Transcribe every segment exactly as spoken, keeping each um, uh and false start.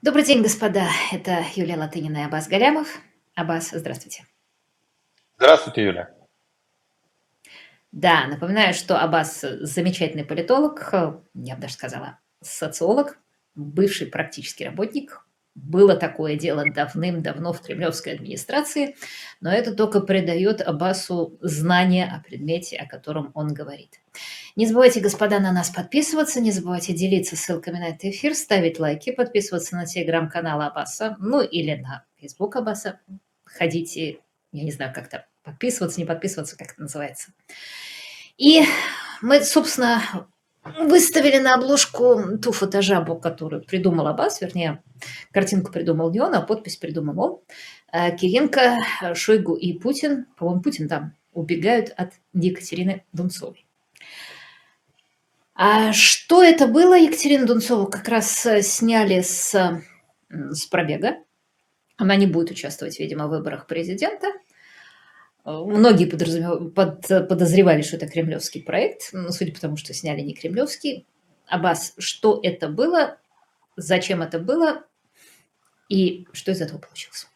Добрый день, господа. Это Юлия Латынина и Аббас Галямов. Аббас, здравствуйте. Здравствуйте, Юля. Да, напоминаю, что Аббас замечательный политолог, э, я бы даже сказала, социолог, бывший практический работник. Было такое дело давным-давно в кремлевской администрации, но это только придает Аббасу знания о предмете, о котором он говорит. Не забывайте, господа, на нас подписываться, не забывайте делиться ссылками на этот эфир, ставить лайки, подписываться на телеграм-канал Аббаса, ну или на фейсбук Аббаса. Ходите, я не знаю, как то подписываться, не подписываться, как это называется. И мы, собственно, выставили на обложку ту фотожабу, которую придумал Аббас, вернее, картинку придумал не он, а подпись придумал он. Э, Кириенко, Шойгу и Путин, по-моему, Путин там, убегают от Екатерины Дунцовой. А что это было? Екатерину Дунцову как раз э, сняли с, м, с пробега. Она не будет участвовать, видимо, в выборах президента. Э, Многие подразуме- под- подозревали, что это кремлевский проект, но судя по тому, что сняли не кремлевский. Аббас, что это было, зачем это было и что из этого получилось?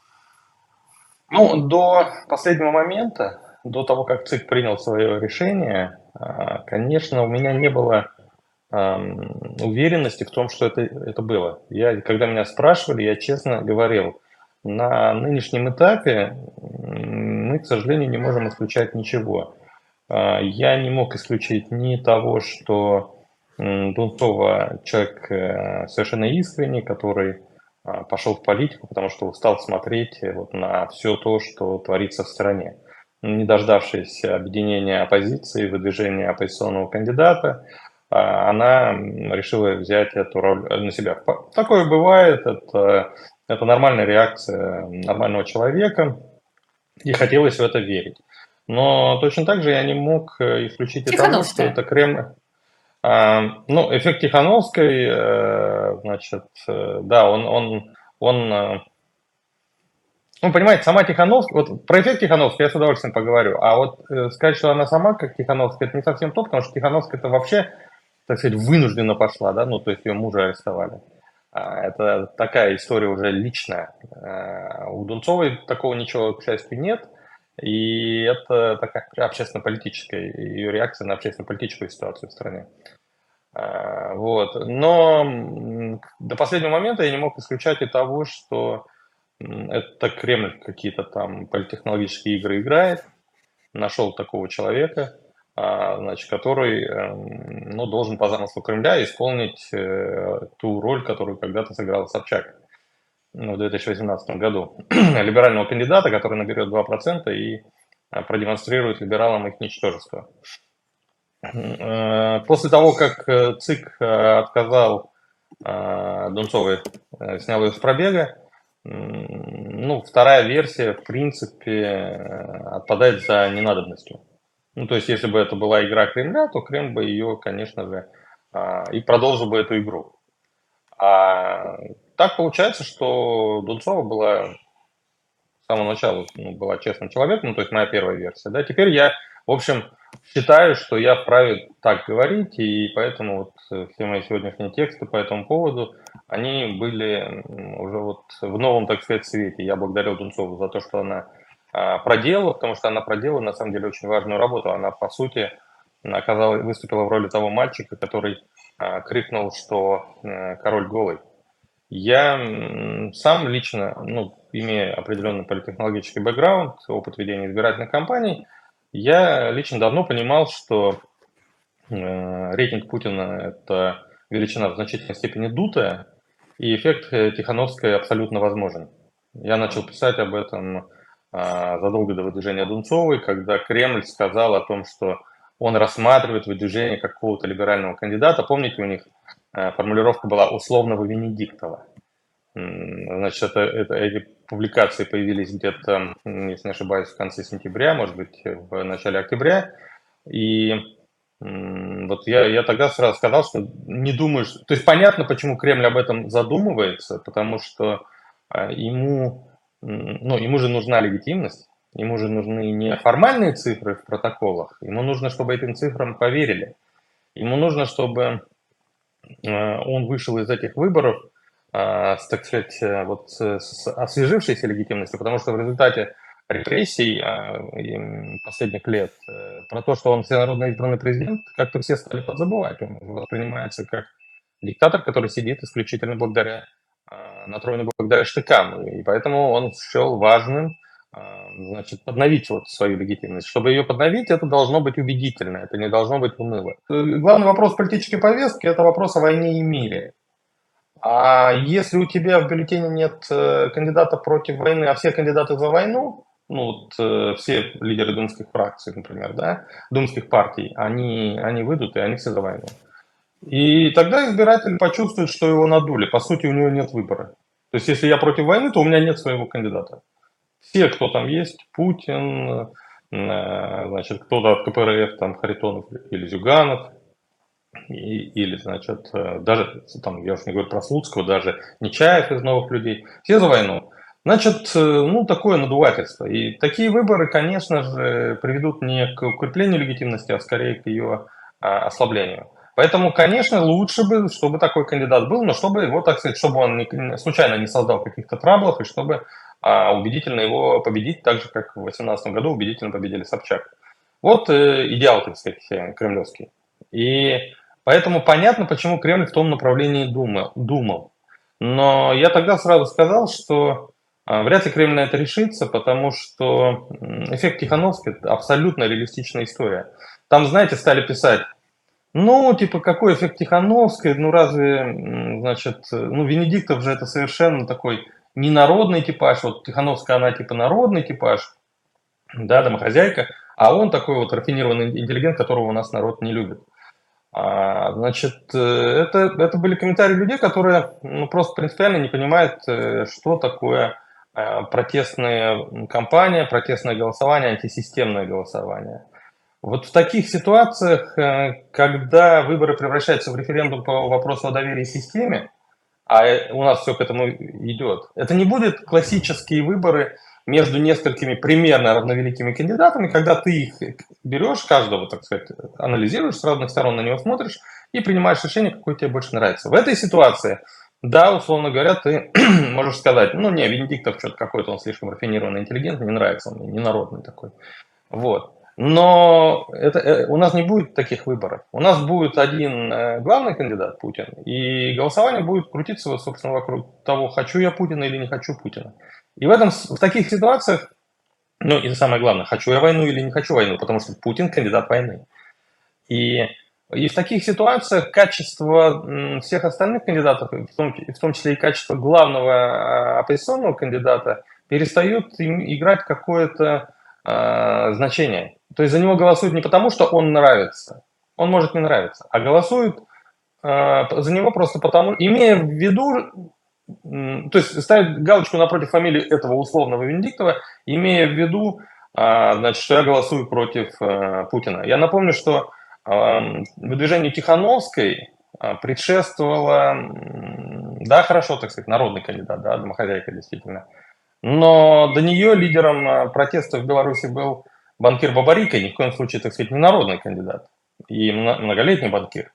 Ну, до последнего момента, до того, как ЦИК принял свое решение, а, конечно, у меня не было ам, уверенности в том, что это, это было. Я, когда меня спрашивали, я честно говорил, на нынешнем этапе м, мы, к сожалению, не можем исключать ничего. А, Я не мог исключить ни того, что м, Дунцова человек э, совершенно искренний, который а, пошел в политику, потому что устал смотреть э, вот на все то, что творится в стране. Не дождавшись объединения оппозиции, выдвижения оппозиционного кандидата, а, она м, решила взять эту роль на себя. По- Такое бывает, это, это нормальная реакция нормального человека, и хотелось в это верить. Но точно так же я не мог э, исключить и того, что Тихановская. это Кремль. А, ну, эффект Тихановской, э, значит, э, да, он, он, он, э, ну, понимаете, сама Тихановская, вот про эффект Тихановской я с удовольствием поговорю, а вот э, сказать, что она сама как Тихановская, это не совсем то, потому что Тихановская это вообще, так сказать, вынужденно пошла, да, ну, то есть ее мужа арестовали. А, это такая история уже личная. А, у Дунцовой такого ничего, к счастью, нет, и это такая общественно-политическая, ее реакция на общественно-политическую ситуацию в стране. А, Вот. Но м, до последнего момента я не мог исключать и того, что м, это Кремль какие-то там политтехнологические игры играет, нашел такого человека, а, значит, который эм, ну, должен по замыслу Кремля исполнить э, ту роль, которую когда-то сыграл Собчак ну, в две тысячи восемнадцатом году. Либерального кандидата, который наберет два процента и а, продемонстрирует либералам их ничтожество. Э, После того, как э, ЦИК э, отказал э, Дунцовой, э, снял ее с пробега, м, ну, вторая версия, в принципе, э, отпадает за ненадобностью. Ну, то есть, если бы это была игра Кремля, то Кремль бы ее, конечно же, а, и продолжил бы эту игру. А так получается, что Дунцова была с самого начала ну, была честным человеком, ну, то есть моя первая версия. Да? Теперь я, в общем, считаю, что я вправе так говорить, и поэтому вот э, все мои сегодняшние тексты по этому поводу, они были уже вот в новом, так сказать, свете. Я благодарил Дунцову за то, что она а, проделала, потому что она проделала, на самом деле, очень важную работу. Она, по сути, оказалась, выступила в роли того мальчика, который а, крикнул, что э, король голый. Я м, сам лично, ну, имея определенный политтехнологический бэкграунд, опыт ведения избирательных кампаний, я лично давно понимал, что э, рейтинг Путина – это величина в значительной степени дутая, и эффект э, Тихановской абсолютно возможен. Я начал писать об этом а, задолго до выдвижения Дунцовой, когда Кремль сказал о том, что он рассматривает выдвижение какого-то либерального кандидата. Помните, у них э, формулировка была условного Венедиктова. Значит, это, это, эти публикации появились где-то, если не ошибаюсь, в конце сентября, может быть, в начале октября. И вот я, я тогда сразу сказал, что не думаю, что... То есть понятно, почему Кремль об этом задумывается, потому что а, ему, ну, ему же нужна легитимность, ему же нужны не формальные цифры в протоколах, ему нужно, чтобы этим цифрам поверили. Ему нужно, чтобы а, он вышел из этих выборов а, с, так сказать, э, вот с, с освежившейся легитимностью, потому что в результате репрессий а, и последних лет э, про то, что он всенародно избранный президент, как-то все стали подзабывать. Он воспринимается как диктатор, который сидит исключительно благодаря а, на троне благодаря штыкам. И поэтому он счел важным а, значит, подновить вот свою легитимность. Чтобы ее подновить, это должно быть убедительно, это не должно быть уныло. Э, Главный вопрос политической повестки – это вопрос о войне и мире. А если у тебя в бюллетене нет э, кандидата против войны, а все кандидаты за войну, ну вот э, все лидеры думских фракций, например, да, думских партий, они, они выйдут, и они все за войну. И тогда избиратель почувствует, что его надули. По сути, у него нет выбора. То есть, если я против войны, то у меня нет своего кандидата. Все, кто там есть, Путин, э, значит, кто-то от ка пэ эр эф, там, Харитонов или Зюганов, и, или, значит, э, даже, там, я уж не говорю про Слуцкого, даже Нечаев из «Новых людей», все за войну. Значит, э, ну, такое надувательство. И такие выборы, конечно же, приведут не к укреплению легитимности, а скорее к ее а, ослаблению. Поэтому, конечно, лучше бы, чтобы такой кандидат был, но чтобы его, так сказать, чтобы он не, случайно не создал каких-то траблов, и чтобы а, убедительно его победить, так же, как в две тысячи восемнадцатом году убедительно победили Собчак. Вот э, идеал, так сказать, кремлевский. И поэтому понятно, почему Кремль в том направлении думал. думал. Но я тогда сразу сказал, что а, вряд ли Кремль на это решится, потому что эффект Тихановской – это абсолютно реалистичная история. Там, знаете, стали писать, ну, типа, какой эффект Тихановской, ну, разве, значит, ну, Венедиктов же это совершенно такой ненародный типаж, вот Тихановская, она типа народный типаж, да, домохозяйка, а он такой вот рафинированный интеллигент, которого у нас народ не любит. А, значит, это, это были комментарии людей, которые ну, просто принципиально не понимают, что такое протестная кампания, протестное голосование, антисистемное голосование. Вот в таких ситуациях, когда выборы превращаются в референдум по вопросу о доверии системе, а у нас все к этому идет, это не будет классические выборы между несколькими примерно равновеликими кандидатами, когда ты их берешь, каждого, так сказать, анализируешь с разных сторон, на него смотришь и принимаешь решение, какое тебе больше нравится. В этой ситуации, да, условно говоря, ты можешь сказать, ну не, Венедиктов что-то какой-то, он слишком рафинированный, интеллигентный, не нравится он мне, ненародный такой. Вот. Но это, у нас не будет таких выборов. У нас будет один главный кандидат, Путин, и голосование будет крутиться, вот, собственно, вокруг того, хочу я Путина или не хочу Путина. И в, этом, в таких ситуациях, ну и самое главное, хочу я войну или не хочу войну, потому что Путин кандидат войны. И, и в таких ситуациях качество всех остальных кандидатов, в том, в том числе и качество главного оппозиционного кандидата, перестают играть какое-то э, значение. То есть за него голосуют не потому, что он нравится, он может не нравиться, а голосуют э, за него просто потому, имея в виду, то есть ставят галочку напротив фамилии этого условного Венедиктова, имея в виду, значит, что я голосую против Путина. Я напомню, что выдвижению Тихановской предшествовало, да, хорошо, так сказать, народный кандидат, да, домохозяйка действительно, но до нее лидером протеста в Беларуси был банкир Бабарико, ни в коем случае, так сказать, не народный кандидат, и многолетний банкир.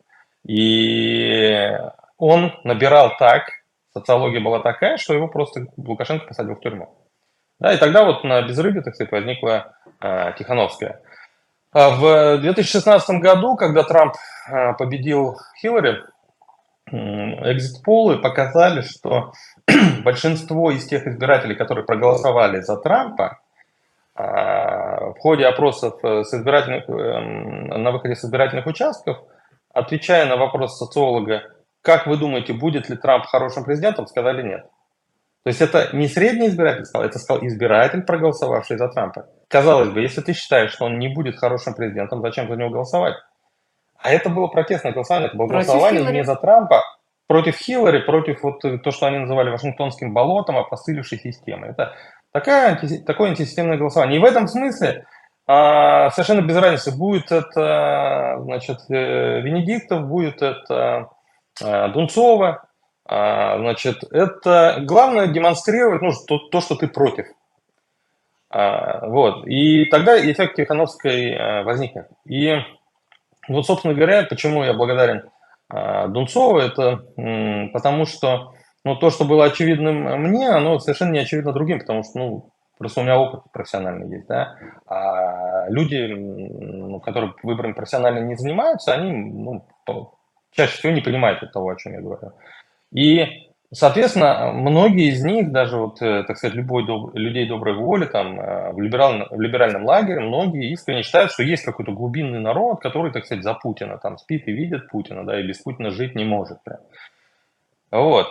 И он набирал так, социология была такая, что его просто Лукашенко посадил в тюрьму. Да, и тогда вот на безрыбье, так сказать, возникла э, Тихановская. А в две тысячи шестнадцатом году, когда Трамп э, победил Хиллари, э, экзит-полы показали, что большинство из тех избирателей, которые проголосовали за Трампа, э, в ходе опросов с избирательных, э, на выходе с избирательных участков, отвечая на вопрос социолога, как вы думаете, будет ли Трамп хорошим президентом, сказали нет. То есть это не средний избиратель сказал, это сказал избиратель, проголосовавший за Трампа. Казалось бы, если ты считаешь, что он не будет хорошим президентом, зачем за него голосовать? А это было протестное голосование, это было против голосование Хиллари. Не за Трампа, против Хиллари, против вот то, что они называли Вашингтонским болотом, опостылевшей системы. Это такая, такое антисистемное голосование. И в этом смысле а, совершенно без разницы, будет это, значит, Венедиктов, будет это а, Дунцова. Значит, это главное демонстрировать ну, то, то, что ты против. Вот. И тогда эффект Тихановской возникнет. И вот, собственно говоря, почему я благодарен Дунцову, это потому что Но то, что было очевидным мне, оно совершенно не очевидно другим, потому что, ну, просто у меня опыт профессиональный есть, да. А люди, ну, которые выборами профессионально не занимаются, они, ну, чаще всего не понимают того, о чем я говорю. И, соответственно, многие из них, даже вот, так сказать, любой доб... людей доброй воли, там, в, либеральном, в либеральном лагере, многие искренне считают, что есть какой-то глубинный народ, который, так сказать, за Путина там спит и видит Путина, да, и без Путина жить не может. Да. Вот.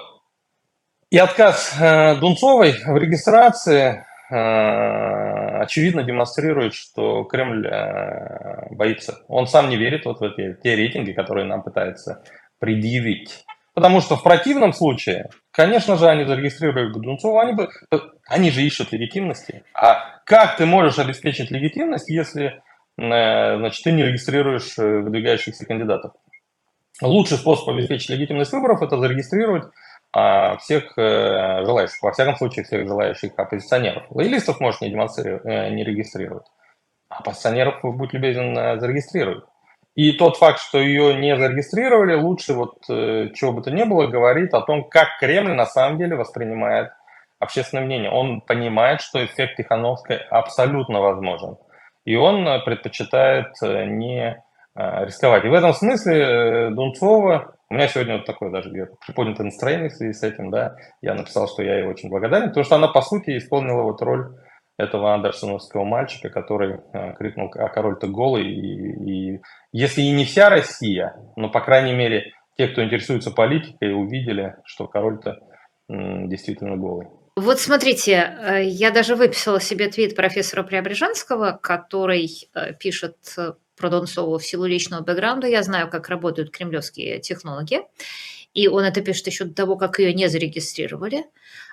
И отказ э, Дунцовой в регистрации э, очевидно демонстрирует, что Кремль э, боится. Он сам не верит вот в эти, те рейтинги, которые нам пытаются предъявить. Потому что в противном случае, конечно же, они зарегистрировали бы Дунцову, они, бы, они же ищут легитимности. А как ты можешь обеспечить легитимность, если э, значит, ты не регистрируешь выдвигающихся кандидатов? Лучший способ обеспечить легитимность выборов – это зарегистрировать а, всех э, желающих, во всяком случае, всех желающих оппозиционеров. Лоялистов можешь не, э, не регистрировать, а оппозиционеров, будь любезен, зарегистрировать. И тот факт, что ее не зарегистрировали, лучше вот э, чего бы то ни было, говорит о том, как Кремль на самом деле воспринимает общественное мнение. Он понимает, что эффект Тихановской абсолютно возможен. И он предпочитает не рисковать. И в этом смысле Дунцова, у меня сегодня вот такое даже приподнятое настроение в связи с этим, да, я написал, что я ей очень благодарен, потому что она, по сути, исполнила вот роль этого андерсоновского мальчика, который крикнул: «А король-то голый». И, и если и не вся Россия, но, по крайней мере, те, кто интересуется политикой, увидели, что король-то м, действительно голый. Вот смотрите, я даже выписала себе твит профессора Преображенского, который пишет про Дунцову в силу личного бэкграунда. Я знаю, как работают кремлевские технологи. И он это пишет еще до того, как ее не зарегистрировали.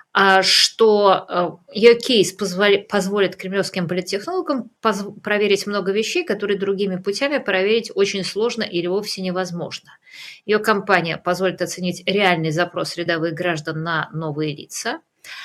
Что ее кейс позволит кремлевским политтехнологам проверить много вещей, которые другими путями проверить очень сложно или вовсе невозможно. Ее кампания позволит оценить реальный запрос рядовых граждан на новые лица.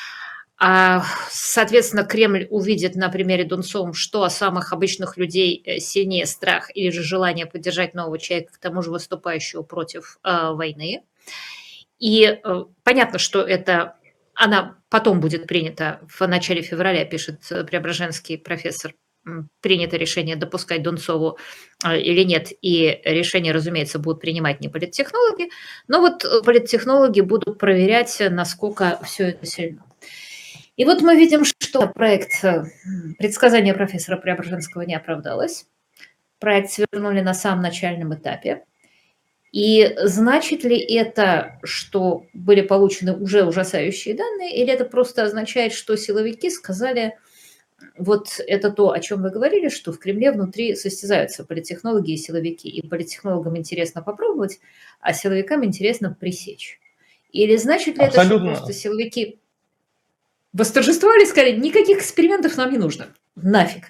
А, соответственно, Кремль увидит на примере Дунцова, что о самых обычных людей сильнее страх или же желание поддержать нового человека, к тому же выступающего против э, войны. И э, понятно, что это она потом будет принята в начале февраля, пишет Преображенский профессор, принято решение допускать Дунцову э, или нет, и решение, разумеется, будут принимать не политтехнологи, но вот политтехнологи будут проверять, насколько все это сильно. И вот мы видим, что проект предсказания профессора Преображенского не оправдалось. Проект свернули на самом начальном этапе. И значит ли это, что были получены уже ужасающие данные, или это просто означает, что силовики сказали, вот это то, о чем вы говорили, что в Кремле внутри состязаются политтехнологи и силовики, и политтехнологам интересно попробовать, а силовикам интересно пресечь. Или значит ли Абсолютно. это, что просто силовики восторжествовали и сказали, никаких экспериментов нам не нужно. Нафиг.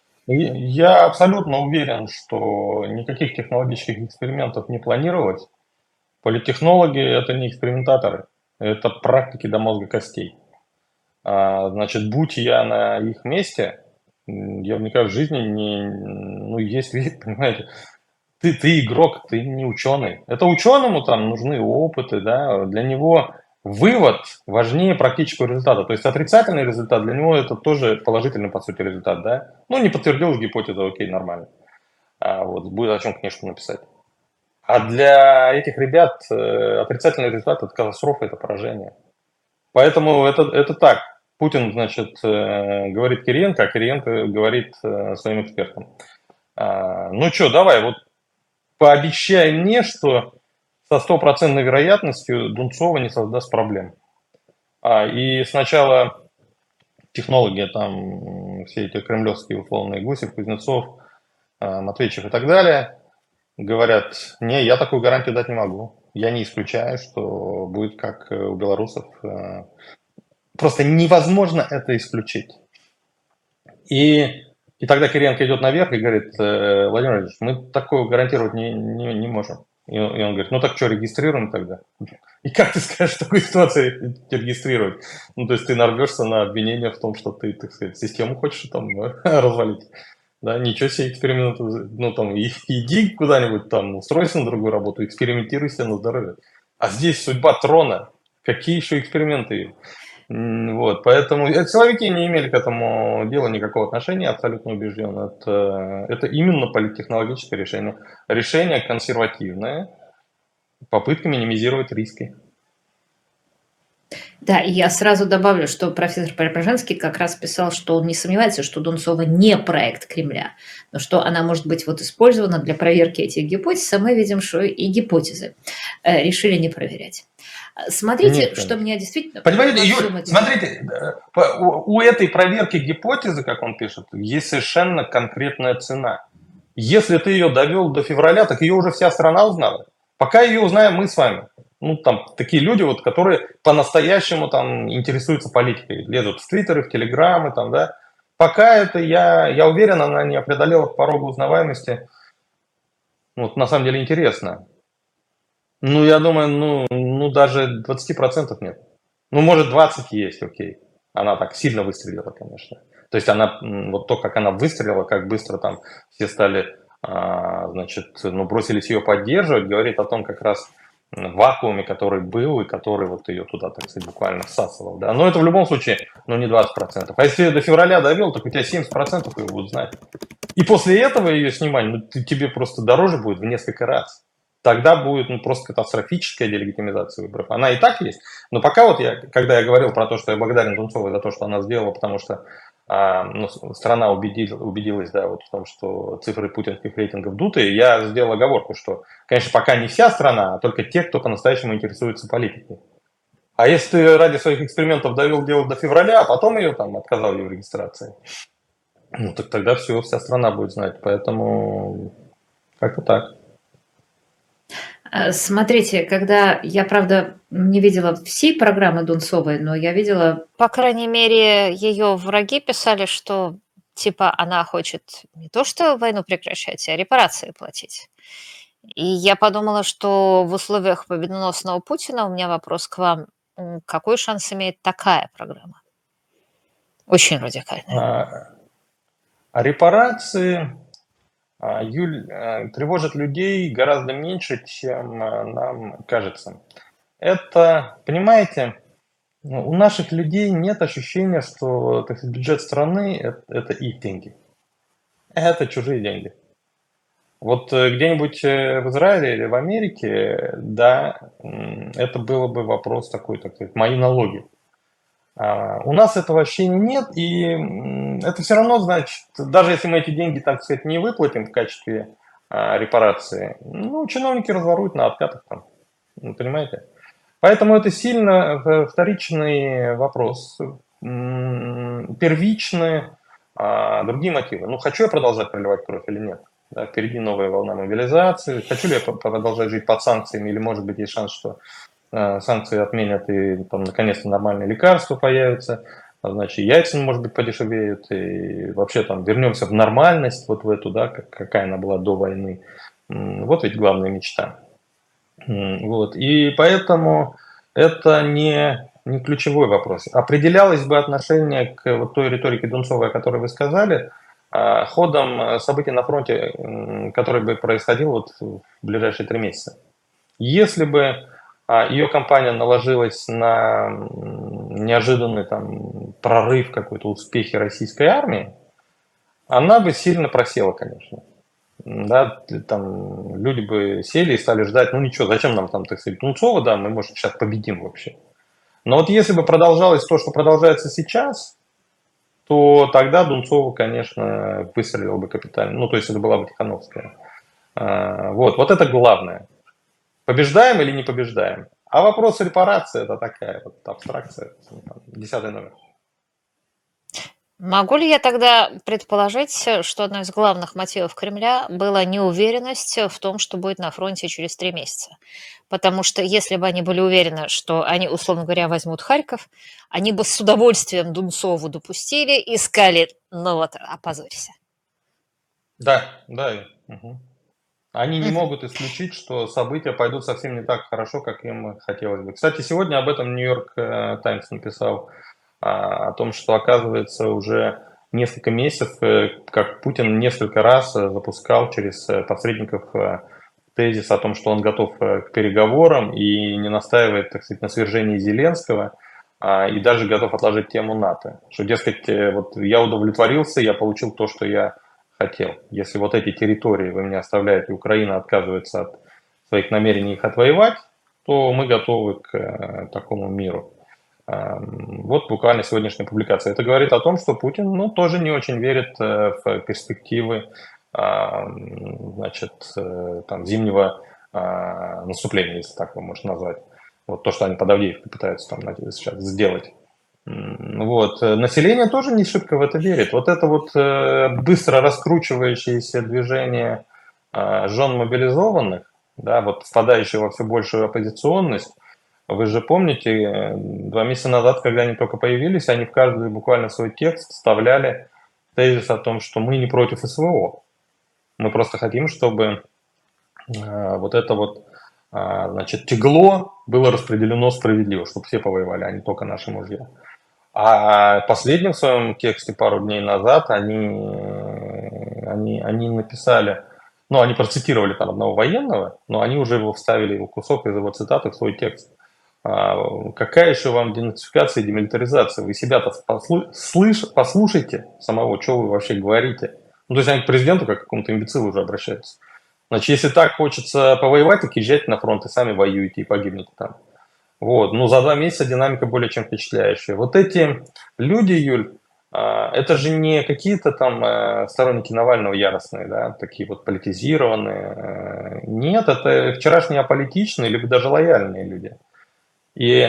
Я абсолютно уверен, что никаких технологических экспериментов не планировалось. Политтехнологи – это не экспериментаторы, это практики до мозга костей. А, значит, будь я на их месте, я бы никогда в жизни не... Ну, есть, понимаете, ты, ты игрок, ты не ученый. Это ученому там нужны опыты, да, для него... Вывод важнее практического результата. То есть отрицательный результат для него это тоже положительный, по сути, результат. Да? Ну, не подтвердилась гипотеза, окей, нормально. А вот будет о чем книжку написать. А для этих ребят отрицательный результат – это катастрофа, это поражение. Поэтому это, это так. Путин, значит, говорит Кириенко, а Кириенко говорит своим экспертам. Ну что, давай, вот пообещай мне, что со стопроцентной вероятностью Дунцова не создаст проблем. А, и сначала технологи, там, все эти кремлевские условные Гусев, Кузнецов, Матвейчев и так далее, говорят, не, я такую гарантию дать не могу. Я не исключаю, что будет как у белорусов. Просто невозможно это исключить. И, и тогда Кириенко идет наверх и говорит, Владимир Владимирович, мы такое гарантировать не, не, не можем. И он, и он говорит, ну так что, регистрируем тогда? И как ты скажешь в такой ситуации регистрировать? Ну, то есть ты нарвешься на обвинение в том, что ты, так сказать, систему хочешь там развалить. Да, ничего себе эксперимент. Ну, там, иди куда-нибудь там, устройся на другую работу, экспериментируй себе на здоровье. А здесь судьба трона. Какие еще эксперименты? М, Вот, поэтому э, силовики не имели к этому делу никакого отношения, абсолютно убежден. Это, это именно политтехнологическое решение. Решение консервативное, попытка минимизировать риски. Да, и я сразу добавлю, что профессор Преображенский как раз писал, что он не сомневается, что Дунцова не проект Кремля, но что она может быть вот использована для проверки этих гипотез, а мы видим, что и гипотезы э, решили не проверять. Смотрите, Нет, что конечно. меня действительно Понимаете, во Юль, всем этом... смотрите, э, по- у у этой проверки гипотезы, как он пишет, есть совершенно конкретная цена. Если ты ее довел до февраля, так ее уже вся страна узнала. Пока ее узнаем мы с вами. Ну, там, такие люди, вот, которые по-настоящему там интересуются политикой, лезут в твиттеры, в телеграммы, там, да. Пока это, я, я уверен, она не преодолела порога узнаваемости. Вот, на самом деле интересно. Ну, я думаю, ну, ну даже двадцати процентов нет. Ну, может, двадцать есть, окей. Она так сильно выстрелила, конечно. То есть она, м, вот то, как она выстрелила, как быстро там все стали, а, значит, ну, бросились ее поддерживать, говорит о том как раз м, вакууме, который был и который вот ее туда, так сказать, буквально всасывал. Да? Но это в любом случае, ну, не двадцать процентов. А если до февраля довел, так у тебя семьдесят процентов ее будут знать. И после этого ее снимать, ну, ты- тебе просто дороже будет в несколько раз. Тогда будет ну, просто катастрофическая делегитимизация выборов. Она и так есть. Но пока вот я, когда я говорил про то, что я благодарен Дунцовой за то, что она сделала, потому что а, ну, страна убедил, убедилась да, вот в том, что цифры путинских рейтингов дутые, я сделал оговорку, что, конечно, пока не вся страна, а только те, кто по-настоящему интересуется политикой. А если ты ради своих экспериментов довел дело до февраля, а потом ее там отказал ее в регистрации, ну так тогда все, вся страна будет знать. Поэтому как-то так. Э, Смотрите, когда я, правда, не видела всей программы Дунцовой, но я видела, по крайней мере, ее враги писали, что типа она хочет не то что войну прекращать, а репарации платить. И я подумала, что в условиях победоносного Путина у меня вопрос к вам. М, Какой шанс имеет такая программа? Очень радикальная. А, а репарации, а, Юль, а, тревожат людей гораздо меньше, чем а, нам кажется. Это, понимаете, ну, у наших людей нет ощущения, что так сказать, бюджет страны это, это их деньги. Это чужие деньги. Вот э, где-нибудь э, в Израиле или в Америке, да, м, это было бы вопрос такой, так сказать, мои налоги. А, у нас этого ощущения нет, и м, это все равно значит, даже если мы эти деньги, так сказать, не выплатим в качестве а, репарации, ну, чиновники разворуют на откатах там, ну, понимаете? Поэтому это сильно э, вторичный вопрос, м, первичные а, другие мотивы. Ну, хочу я продолжать проливать кровь или нет? Да, впереди новая волна мобилизации. Хочу ли я продолжать жить под санкциями, или, может быть, есть шанс, что э, санкции отменят и там наконец-то нормальные лекарства появятся, а значит, яйца, может быть, подешевеют, и вообще там вернемся в нормальность, вот в эту, да, как, какая она была до войны. Вот ведь главная мечта. Вот. И поэтому это не, не ключевой вопрос. Определялось бы отношение к вот той риторике Дунцовой, о которой вы сказали, а, ходом событий на фронте, который бы происходил вот в ближайшие три месяца. Если бы а, ее компания наложилась на неожиданный там, прорыв, какой-то успехи российской армии, она бы сильно просела, конечно. Да, там люди бы сели и стали ждать, ну ничего, зачем нам там, так сказать, Тунцова, да, мы, может, сейчас победим вообще. Но вот если бы продолжалось то, что продолжается сейчас, то тогда Дунцова, конечно, выстрелила бы капитально. Ну, то есть это была бы Тихановская. А, Вот, вот это главное. Побеждаем или не побеждаем? А вопрос репарации это такая вот абстракция, там, десятый номер. Могу ли я тогда предположить, э, что одной из главных мотивов Кремля была неуверенность э, в том, что будет на фронте через три месяца? Потому что если бы они были уверены, что они, условно говоря, возьмут Харьков, они бы с удовольствием Дунцову допустили и сказали, ну вот, опозорься. Да, да. Мгм. Они не Мгм. могут исключить, что события пойдут совсем не так хорошо, как им хотелось бы. Кстати, сегодня об этом Нью-Йорк э, Таймс написал, а, о том, что, оказывается, уже несколько месяцев, э, как Путин несколько раз э, запускал через э, посредников э, тезис о том, что он готов э, к переговорам и не настаивает, так сказать, на свержении Зеленского, а, и даже готов отложить тему НАТО. Что, дескать, э, вот я удовлетворился, я получил то, что я хотел. Если вот эти территории вы мне оставляете, Украина отказывается от своих намерений их отвоевать, то мы готовы к э, такому миру. Э, вот буквально сегодняшняя публикация. Это говорит о том, что Путин, ну, тоже не очень верит э, в перспективы, э, значит, э, там, зимнего э, наступления, если так его можно назвать. Вот то, что они под Авдеевкой пытаются там сейчас сделать. Вот. Население тоже не шибко в это верит. Вот это вот э, быстро раскручивающееся движение э, жен мобилизованных, да, вот впадающие во все большую оппозиционность. Вы же помните, э, два месяца назад, когда они только появились, они в каждый буквально свой текст вставляли тезис о том, что мы не против СВО. Мы просто хотим, чтобы э, вот это вот э, значит, тягло было распределено справедливо, чтобы все повоевали, а не только наши мужья. А последнем своем тексте пару дней назад они, они, они написали, ну, они процитировали там одного военного, но они уже его вставили, его кусок из его цитаты в свой текст. А, какая еще вам денацификация и демилитаризация? Вы себя-то послу- слыш- послушайте самого, что вы вообще говорите. Ну, то есть они к президенту как к какому-то имбецилу уже обращаются. Значит, если так хочется повоевать, так езжайте на фронт и сами воюете и погибнете там. Вот, ну за два месяца динамика более чем впечатляющая. Вот эти люди, Юль, а, это же не какие-то там э, сторонники Навального яростные, да, такие вот политизированные. э, Нет, это вчерашние аполитичные, либо даже лояльные люди. И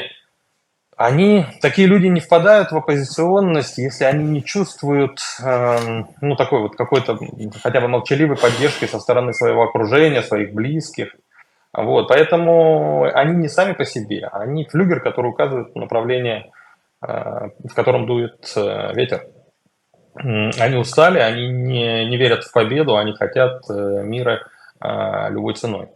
они, такие люди не впадают в оппозиционность, если они не чувствуют, эм, ну, такой вот какой-то хотя бы молчаливой поддержки со стороны своего окружения, своих близких. Вот, поэтому они не сами по себе, они флюгер, который указывает направление, э, в котором дует э, ветер. М, Они устали, они не, не верят в победу, они хотят э, мира э, любой ценой.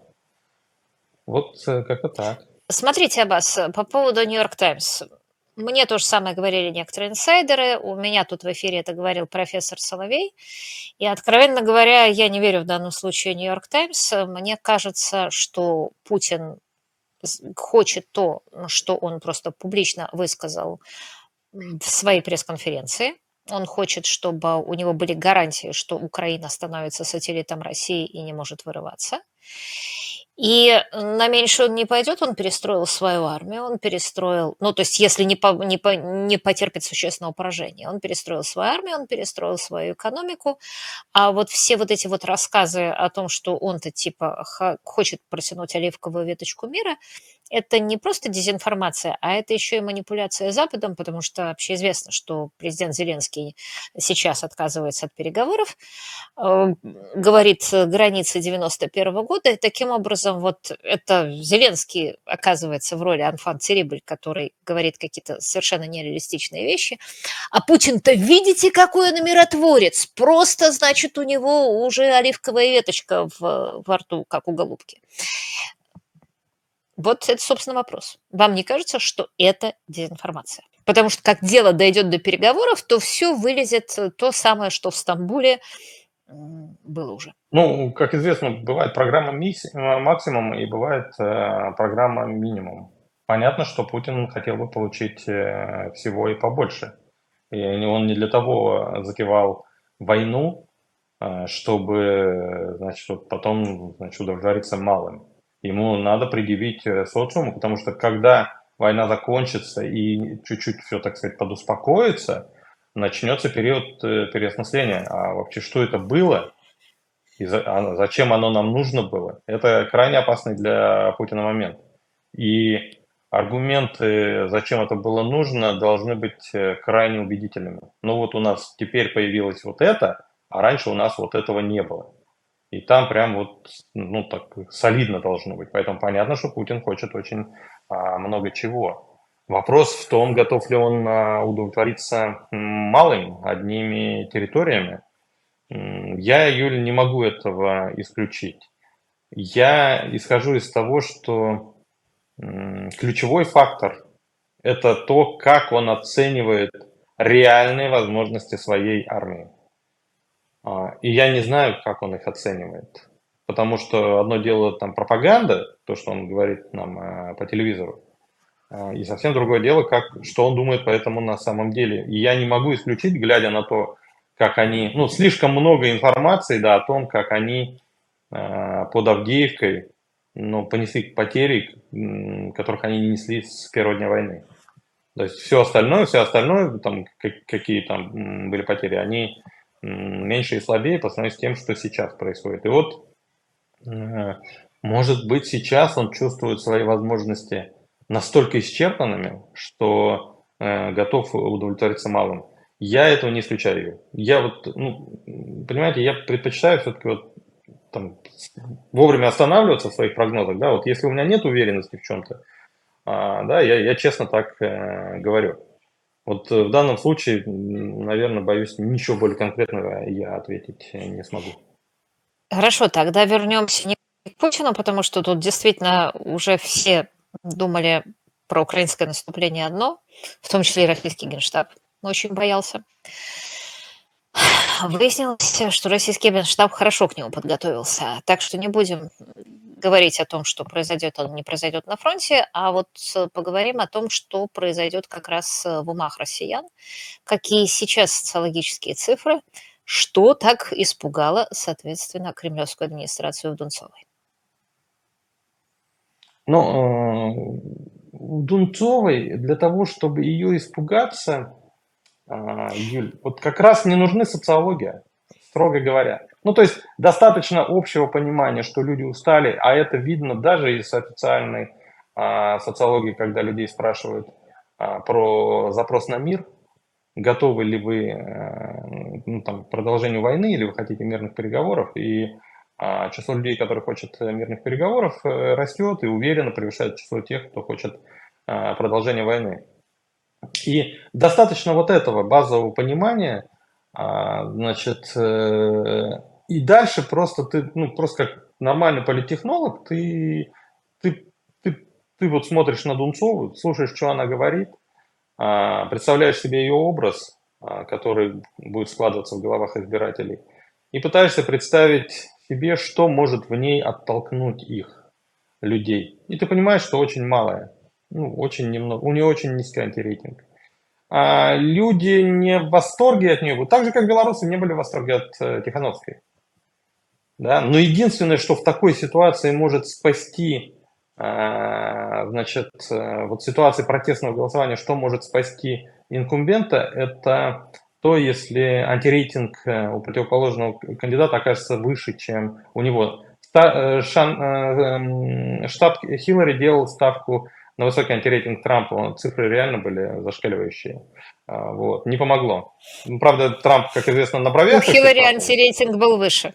Вот э, как-то так. Смотрите, Аббас, э, по поводу «Нью-Йорк Таймс». Мне то же самое говорили некоторые инсайдеры. У меня тут в эфире это говорил профессор Соловей. И, откровенно говоря, я не верю в данном случае «Нью-Йорк Таймс». Э, Мне кажется, что Путин с- хочет то, ну, что он просто публично высказал м, в своей пресс-конференции. Он хочет, чтобы у него были гарантии, что Украина становится сателлитом России и не может вырываться. И на меньше он не пойдет, он перестроил свою армию, он перестроил, ну, то есть если не, по, не, по, не потерпит существенного поражения, он перестроил свою армию, он перестроил свою экономику, а вот все вот эти вот рассказы о том, что он-то типа ха- хочет протянуть оливковую веточку мира, это не просто дезинформация, а это еще и манипуляция Западом, потому что общеизвестно, что президент Зеленский сейчас отказывается от переговоров, э, говорит э, границы девяносто первого года, и таким образом вот это Зеленский оказывается в роли Анфан Террибль, который говорит какие-то совершенно нереалистичные вещи, а Путин-то видите, какой он миротворец, просто, значит, у него уже оливковая веточка в, во рту, как у голубки. Вот это, собственно, вопрос. Вам не кажется, что это дезинформация? Потому что как дело дойдет до переговоров, то все вылезет э, то самое, что в Стамбуле м, было уже. Ну, как известно, бывает программа мисс- э, максимум и бывает э, программа минимум. Понятно, что Путин хотел бы получить э, всего и побольше. И не- он не для того затевал войну, э, чтобы, значит, вот потом, значит, удовлетвориться малым. Ему надо предъявить э, социуму, потому что когда война закончится и чуть-чуть все, так сказать, подуспокоится, начнется период э, переосмысления. А вообще, что это было? И за- а зачем оно нам нужно было? Это крайне опасный для Путина момент. И аргументы, зачем это было нужно, должны быть э, крайне убедительными. Ну вот у нас теперь появилось вот это, а раньше у нас вот этого не было. И там прям вот, ну так, солидно должно быть. Поэтому понятно, что Путин хочет очень а, много чего. Вопрос в том, готов ли он а, удовлетвориться м, малым, одними территориями. М, Я, Юль, не могу этого исключить. Я исхожу из того, что м, ключевой фактор– это то, как он оценивает реальные возможности своей армии. А, И я не знаю, как он их оценивает. Потому что одно дело там пропаганда, то, что он говорит нам э, по телевизору, э, и совсем другое дело, как, что он думает по этому на самом деле. И я не могу исключить, глядя на то, как они, ну, слишком много информации, да, о том, как они э, под Авдеевкой, ну, понесли потери, м, которых они не несли с первого дня войны. То есть все остальное, все остальное, там, как- какие там м, были потери, они м, меньше и слабее по сравнению с тем, что сейчас происходит. И вот, э, может быть, сейчас он чувствует свои возможности настолько исчерпанными, что э, готов удовлетвориться малым. Я этого не исключаю. Я вот, ну, понимаете, я предпочитаю все-таки вот там вовремя останавливаться в своих прогнозах, да, вот если у меня нет уверенности в чем-то, а, да, я, я честно так э, говорю. Вот э, в данном случае, м, наверное, боюсь, ничего более конкретного я ответить э, не смогу. Хорошо, тогда вернемся не к Путину, потому что тут действительно уже все думали про украинское наступление одно, в том числе и российский генштаб очень боялся. Выяснилось, что российский генштаб хорошо к нему подготовился, так что не будем говорить о том, что произойдет, он не произойдет на фронте, а вот э, поговорим о том, что произойдет как раз э, в умах россиян, какие сейчас социологические цифры, что так испугало, соответственно, кремлевскую администрацию в Дунцовой. Но э, у Дунцовой для того, чтобы ее испугаться, а, Юль, вот как раз не нужны социология, строго говоря. Ну, то есть достаточно общего понимания, что люди устали, а это видно даже из официальной а, социологии, когда людей спрашивают а, про запрос на мир, готовы ли вы э, ну, там, к продолжению войны или вы хотите мирных переговоров, и а, число людей, которые хотят мирных переговоров, э, растет и уверенно превышает число тех, кто хочет а, продолжения войны. И достаточно вот этого базового понимания, а, значит, э, и дальше просто ты, ну, просто как нормальный политтехнолог, ты, ты, ты, ты вот смотришь на Дунцову, слушаешь, что она говорит, а, представляешь себе ее образ, а, который будет складываться в головах избирателей, и пытаешься представить себе, что может в ней оттолкнуть их, людей. И ты понимаешь, что очень малое, ну, очень немного, у нее очень низкий антирейтинг. А люди не в восторге от нее будут, так же, как белорусы не были в восторге от э, Тихановской. Да? Но единственное, что в такой ситуации может спасти, а, значит, э, вот ситуации протестного голосования, что может спасти инкумбента, это то, если антирейтинг э, у противоположного кандидата окажется выше, чем у него. Ста- э, Шан- э, эм, Штаб Хиллари делал ставку на высокий антирейтинг Трампа, цифры реально были зашкаливающие. А, Вот. Не помогло. Ну, правда, Трамп, как известно, на У бровях так Хиллари цепанул. антирейтинг был выше.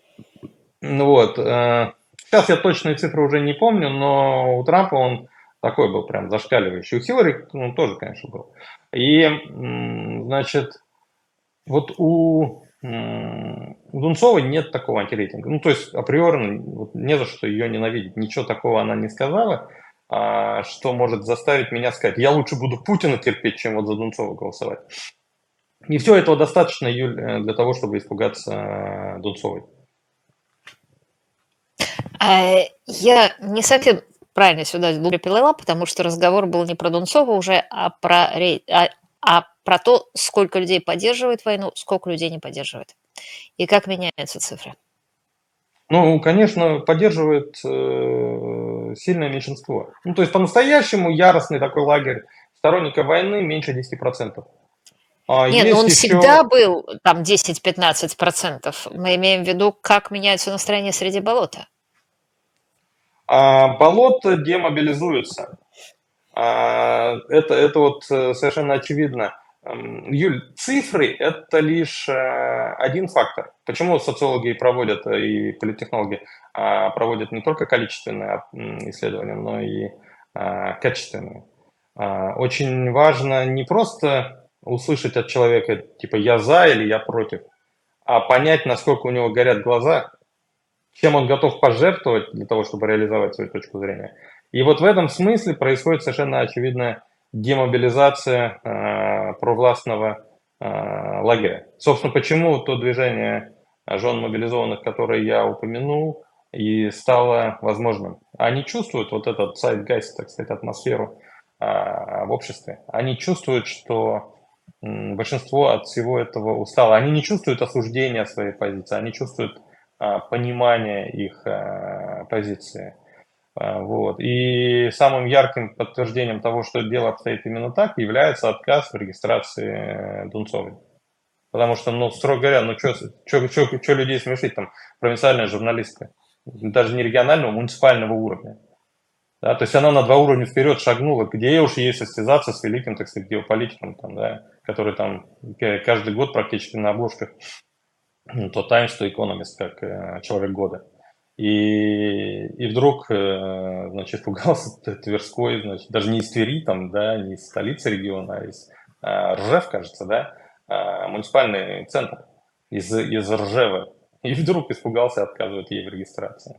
Ну вот. э, Сейчас я точные цифры уже не помню, но у Трампа он такой был прям зашкаливающий. У Хиллари, ну, тоже, конечно, был. И, м, значит, вот у, м, у Дунцовой нет такого антирейтинга. Ну, то есть, априорно, вот, не за что ее ненавидеть. Ничего такого она не сказала, а, что может заставить меня сказать, я лучше буду Путина терпеть, чем вот за Дунцову голосовать. И все этого достаточно, Юль, э, для того, чтобы испугаться э, Дунцовой. А, я не совсем правильно сюда припилила, потому что разговор был не про Дунцова уже, а про, рей- а, а про то, сколько людей поддерживает войну, сколько людей не поддерживает. И как меняются цифры. Ну, конечно, поддерживает э, сильное меньшинство. Ну, то есть по-настоящему яростный такой лагерь сторонников войны меньше десяти процентов. А Не, ну есть он всегда еще был там десять-пятнадцать процентов. Мы имеем в виду, как меняется настроение среди болота. а, болото демобилизуется. А, это, это вот э, совершенно очевидно. Эм, Юль, цифры – это лишь э, один фактор. Почему социологи проводят э, и политтехнологи а, проводят не только количественные м, исследования, но и а, качественные. А, Очень важно не просто услышать от человека, типа «я за» или «я против», а понять, насколько у него горят глаза, чем он готов пожертвовать для того, чтобы реализовать свою точку зрения. И вот в этом смысле происходит совершенно очевидная демобилизация э, провластного э, лагеря. Собственно, почему то движение жен мобилизованных, которое я упомянул, и стало возможным. Они чувствуют вот этот zeitgeist, так сказать, атмосферу а, в обществе. Они чувствуют, что м, большинство от всего этого устало. Они не чувствуют осуждения своей позиции, они чувствуют а, понимание их а, позиции. А, Вот. И самым ярким подтверждением того, что дело обстоит именно так, является отказ в регистрации э, Дунцовой. Потому что, ну, строго говоря, ну, что людей смешить, там, провинциальная журналистка, даже не регионального, а муниципального уровня. Да, то есть она на два уровня вперед шагнула, где уж ей состязаться с великим, так сказать, геополитиком, там, да, который там каждый год практически на обложках ну, то Times, то Economist, как э, человек года. И, и вдруг, э, значит, испугался Тверской, значит, даже не из Твери, там, да, не из столицы региона, а из э, Ржев, кажется, да, э, муниципальный центр из, из Ржева. И вдруг испугался, отказывают ей в регистрации.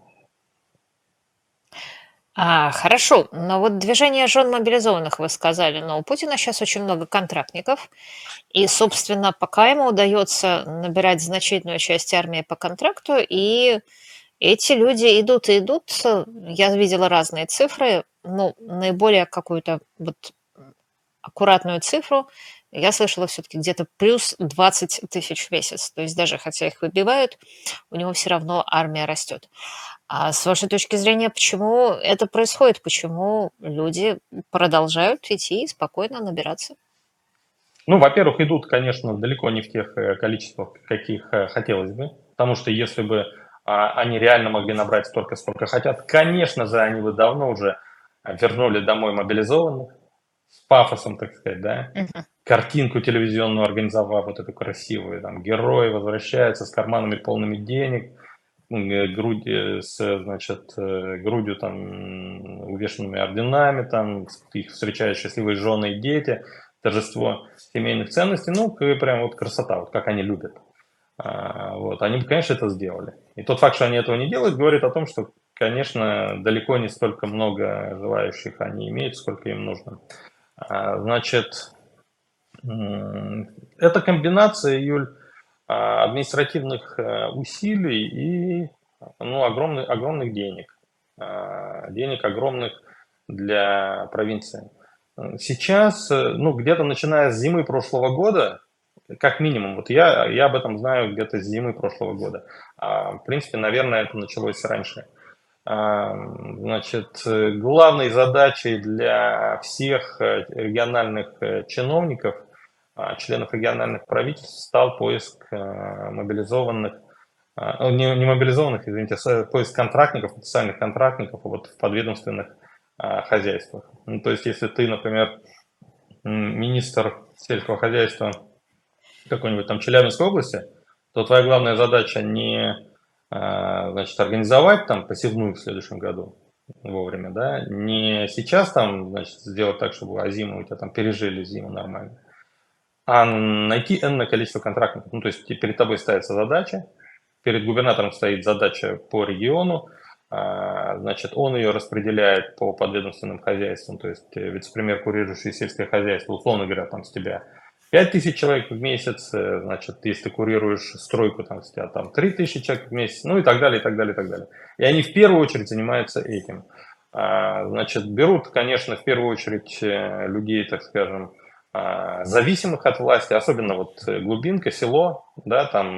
А, хорошо, но вот движение жен мобилизованных вы сказали, но у Путина сейчас очень много контрактников, и, собственно, пока ему удается набирать значительную часть армии по контракту, и эти люди идут и идут. Я видела разные цифры, ну, наиболее какую-то вот аккуратную цифру я слышала все-таки где-то плюс двадцать тысяч в месяц. То есть даже хотя их выбивают, у него все равно армия растет. А с вашей точки зрения, почему это происходит? Почему люди продолжают идти и спокойно набираться? Ну, во-первых, идут, конечно, далеко не в тех э, количествах, каких э, хотелось бы, потому что если бы а, они реально могли набрать столько, сколько хотят, конечно же, они бы давно уже вернули домой мобилизованных, с пафосом, так сказать, да, Мгм. картинку телевизионную организовав, вот эту красивую, там, герои возвращаются с карманами полными денег, м, э, грудь, э, с, значит, э, грудью там м, увешанными орденами, там, их встречают счастливые жены и дети, торжество семейных ценностей, ну, к- прям вот красота, вот как они любят. А, вот, они бы, конечно, это сделали. И тот факт, что они этого не делают, говорит о том, что, конечно, далеко не столько много желающих они имеют, сколько им нужно. А, Значит, м, это комбинация, Юль, а, административных э, усилий и ну, огромных, огромных денег. А, Денег огромных для провинции. Сейчас, э, ну, где-то начиная с зимы прошлого года, как минимум, вот я, я об этом знаю где-то с зимы прошлого года. А, В принципе, наверное, это началось раньше. А, Значит, э, главной задачей для всех э, региональных э, чиновников, а, членов региональных правительств стал поиск э, мобилизованных, а, не, не мобилизованных, извините, с- поиск контрактников, официальных контрактников вот в подведомственных а, хозяйствах. Ну, то есть, если ты, например, м, министр сельского хозяйства какой-нибудь там Челябинской области, то твоя главная задача не а, значит, организовать там посевную в следующем году вовремя, да, не сейчас там, значит, сделать так, чтобы а зиму у тебя там пережили зиму нормально, а найти энное количество контрактников. Ну, то есть перед тобой ставится задача, перед губернатором стоит задача по региону, а, значит, он ее распределяет по подведомственным хозяйствам, то есть э, вице-премьер, курирующий сельское хозяйство, условно говоря, там с тебя пять тысяч человек в месяц, э, значит, если ты курируешь стройку, там с тебя там три тысячи человек в месяц, ну и так далее, и так далее, и так далее. И они в первую очередь занимаются этим. А, Значит, берут, конечно, в первую очередь э, людей, так скажем, а, зависимых от власти, особенно вот э, глубинка, село, да, там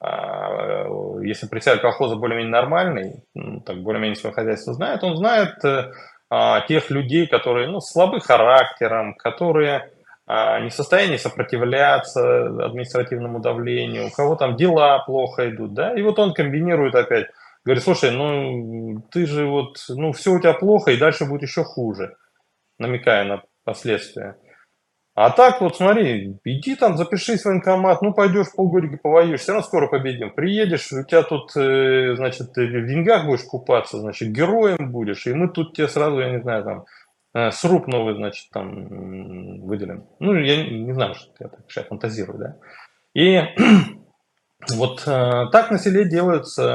а, если председатель колхоза более-менее нормальный, м, так более-менее свое хозяйство знает, он знает э, а, тех людей, которые ну, слабы характером, которые а, не в состоянии сопротивляться административному давлению, у кого там дела плохо идут, да, и вот он комбинирует опять, говорит, слушай, ну ты же вот, ну все у тебя плохо и дальше будет еще хуже, намекая на последствия. А так вот смотри, иди там, запишись в военкомат, ну пойдешь полгодика повоюешь, все равно скоро победим. Приедешь, у тебя тут, э, значит, ты в деньгах будешь купаться, значит, героем будешь, и мы тут тебе сразу, я не знаю, там, э, сруб новый, значит, там м, выделим. Ну, я не, не знаю, что я так сейчас фантазирую, да. И вот э, так на селе делаются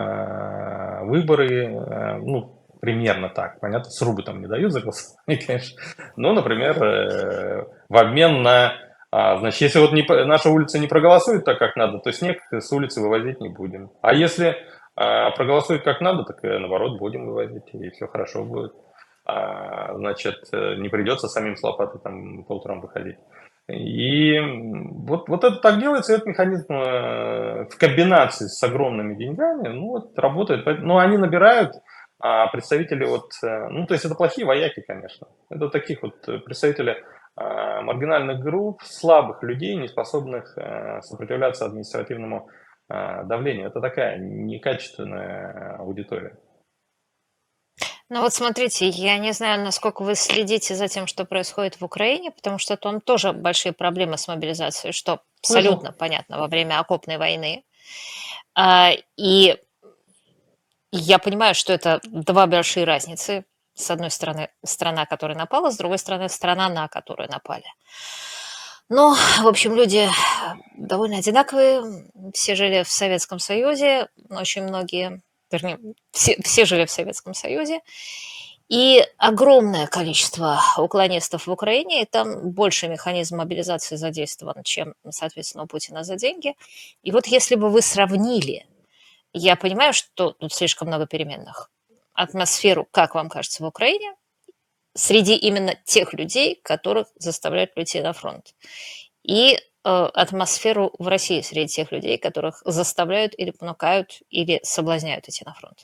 э, выборы, э, ну, примерно так. Понятно, срубы там не дают за голосование, конечно. Но, например, э, в обмен на... а, значит, если вот не, по- наша улица не проголосует так, как надо, то снег с улицы вывозить не будем. А если А проголосуют как надо, так и наоборот будем вывозить, и все хорошо будет. А, значит, э, не придется самим с лопатой там по утрам выходить. И вот, вот это так делается, и этот механизм э, в комбинации с огромными деньгами, ну, вот, работает. Поэт- Но они набирают а, представителей от, э, ну, то есть это плохие вояки, конечно. Это таких вот э, представителей а, маргинальных групп, слабых людей, не способных э, сопротивляться административному а, давлению. Это такая некачественная аудитория. Ну вот смотрите, я не знаю, насколько вы следите за тем, что происходит в Украине, потому что там тоже большие проблемы с мобилизацией, что Слышал? абсолютно понятно во время окопной войны. А, и я понимаю, что это два большие разницы. С одной стороны, страна, которая напала, с другой стороны, страна, на которую напали. Но, в общем, люди довольно одинаковые. Все жили в Советском Союзе, очень многие, вернее, все, все жили в Советском Союзе. И огромное количество уклонистов в Украине, и там больше механизм мобилизации задействован, чем, соответственно, у Путина за деньги. И вот если бы вы сравнили, я понимаю, что тут слишком много переменных, атмосферу, как вам кажется, в Украине, среди именно тех людей, которых заставляют уйти на фронт, и э, атмосферу в России среди тех людей, которых заставляют или понукают, или соблазняют идти на фронт.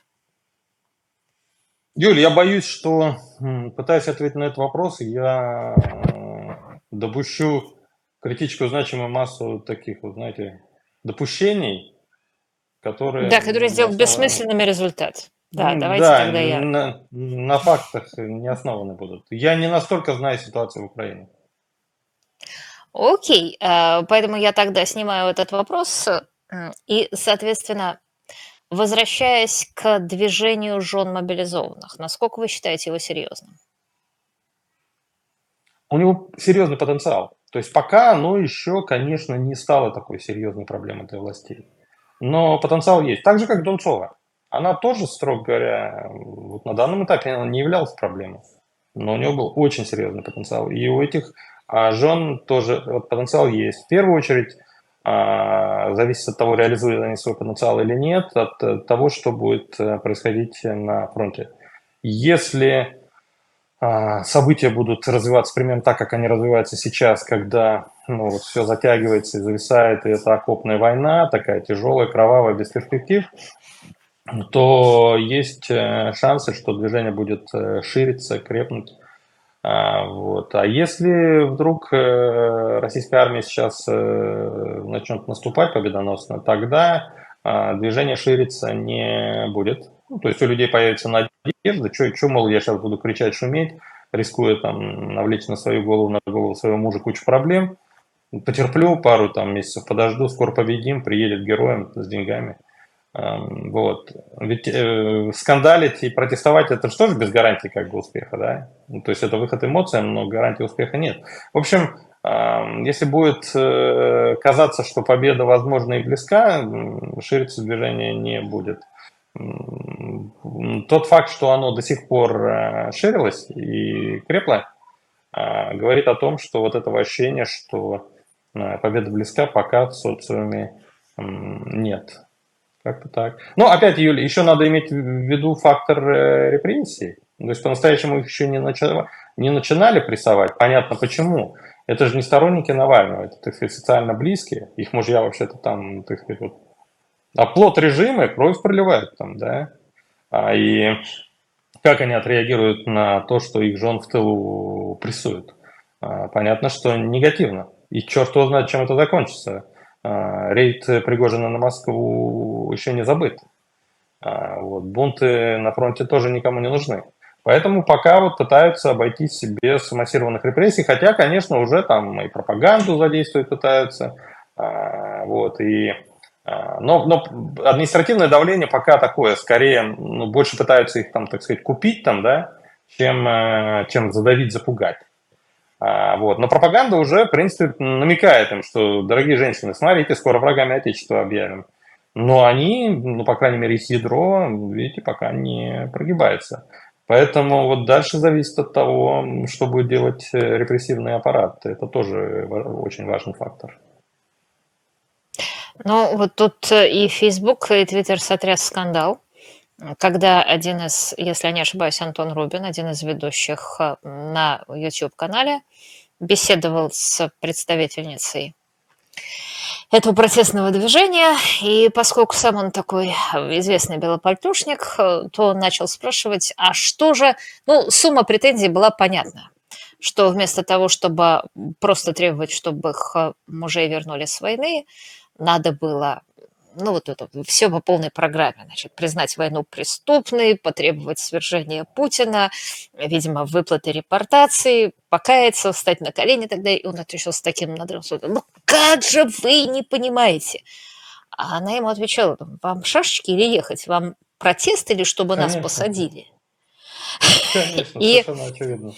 Юль, я боюсь, что, м, пытаясь ответить на этот вопрос, я э, допущу критическую значимую массу таких, вот, знаете, допущений, которые Да, который не сделал основаны, бессмысленными результат. Да, м, давайте да, тогда я. на, на фактах не основаны будут. Я не настолько знаю ситуацию в Украине. Окей, э, поэтому я тогда снимаю этот вопрос. м, И, соответственно, возвращаясь к движению жен мобилизованных, насколько вы считаете его серьезным? У него серьезный потенциал. То есть пока оно еще, конечно, не стало такой серьезной проблемой для властей. Но потенциал есть. Так же, как Донцова. Она тоже, строго говоря, вот на данном этапе она не являлась проблемой. Но у нее был очень серьезный потенциал. И у этих а, жен тоже вот, потенциал есть. В первую очередь а, зависит от того, реализуют они свой потенциал или нет, от э, того, что будет э, происходить на фронте. Если а, события будут развиваться примерно так, как они развиваются сейчас, когда ну, вот все затягивается и зависает, и это окопная война, такая тяжелая, кровавая, без перспектив, то есть э, шансы, что движение будет э, шириться, крепнуть. А, вот. А если вдруг э, российская армия сейчас э, начнет наступать победоносно, тогда а, движение шириться не будет. Ну, то есть у людей появится надежда, что, мол, я сейчас буду кричать, шуметь, рискуя там навлечь на свою голову, на голову своего мужа кучу проблем. Потерплю пару там месяцев, подожду, скоро победим, приедет героем с деньгами. Эм, Вот. Ведь э, скандалить и протестовать это же тоже без гарантии как бы успеха, да? Ну, то есть это выход эмоциям, но гарантии успеха нет. В общем, эм, если будет э, казаться, что победа возможна и близка, м, шириться движение не будет. М, Тот факт, что оно до сих пор э, ширилось и крепло, э, говорит о том, что вот этого ощущения, что э, победа близка, пока в социуме м, нет. Как-то так. Но опять, Юля, еще надо иметь в виду фактор э, репрессий. То есть по-настоящему их еще не, нача- не начинали прессовать. Понятно почему. Это же не сторонники Навального, это, так сказать, социально близкие. Их мужья вообще-то там, так сказать, вот, оплот режима и кровь проливают там, да. А, и как они отреагируют на то, что их жен в тылу прессуют? А, понятно, что негативно. И черт его знает, чем это закончится. А, рейд Пригожина на Москву еще не забыт. А, вот, бунты на фронте тоже никому не нужны. Поэтому пока вот пытаются обойтись без массированных репрессий, хотя, конечно, уже там и пропаганду задействовать пытаются. А, вот, и, а, но, но административное давление пока такое, скорее, ну, больше пытаются их там, так сказать, купить там, да, чем, э, чем задавить, запугать. А, вот. Но пропаганда уже, в принципе, намекает им, что, дорогие женщины, смотрите, скоро врагами Отечества объявим. Но они, ну, по крайней мере, их ядро, видите, пока не прогибается. Поэтому вот дальше зависит от того, что будет делать э, репрессивный аппарат. Это тоже ва- очень важный фактор. Ну, вот тут э, и Facebook, и Twitter сотряс скандал, м, когда один из, если я не ошибаюсь, Антон Рубин, один из ведущих э, на YouTube-канале, беседовал с представительницей этого протестного движения, и поскольку сам он такой э, известный белопальтушник, э, то он начал спрашивать, а что же... Ну, сумма претензий была понятна, что вместо того, чтобы просто требовать, чтобы их э, мужей вернули с войны, надо было, ну, вот это все по полной программе, значит, признать войну преступной, потребовать свержения Путина, видимо, выплаты репартации, покаяться, встать на колени тогда, и он отвечал с таким надрывом, ну, как же вы не понимаете? А она ему отвечала, вам шашечки или ехать? Вам протест или чтобы нас Конечно, посадили? конечно, И, совершенно очевидно.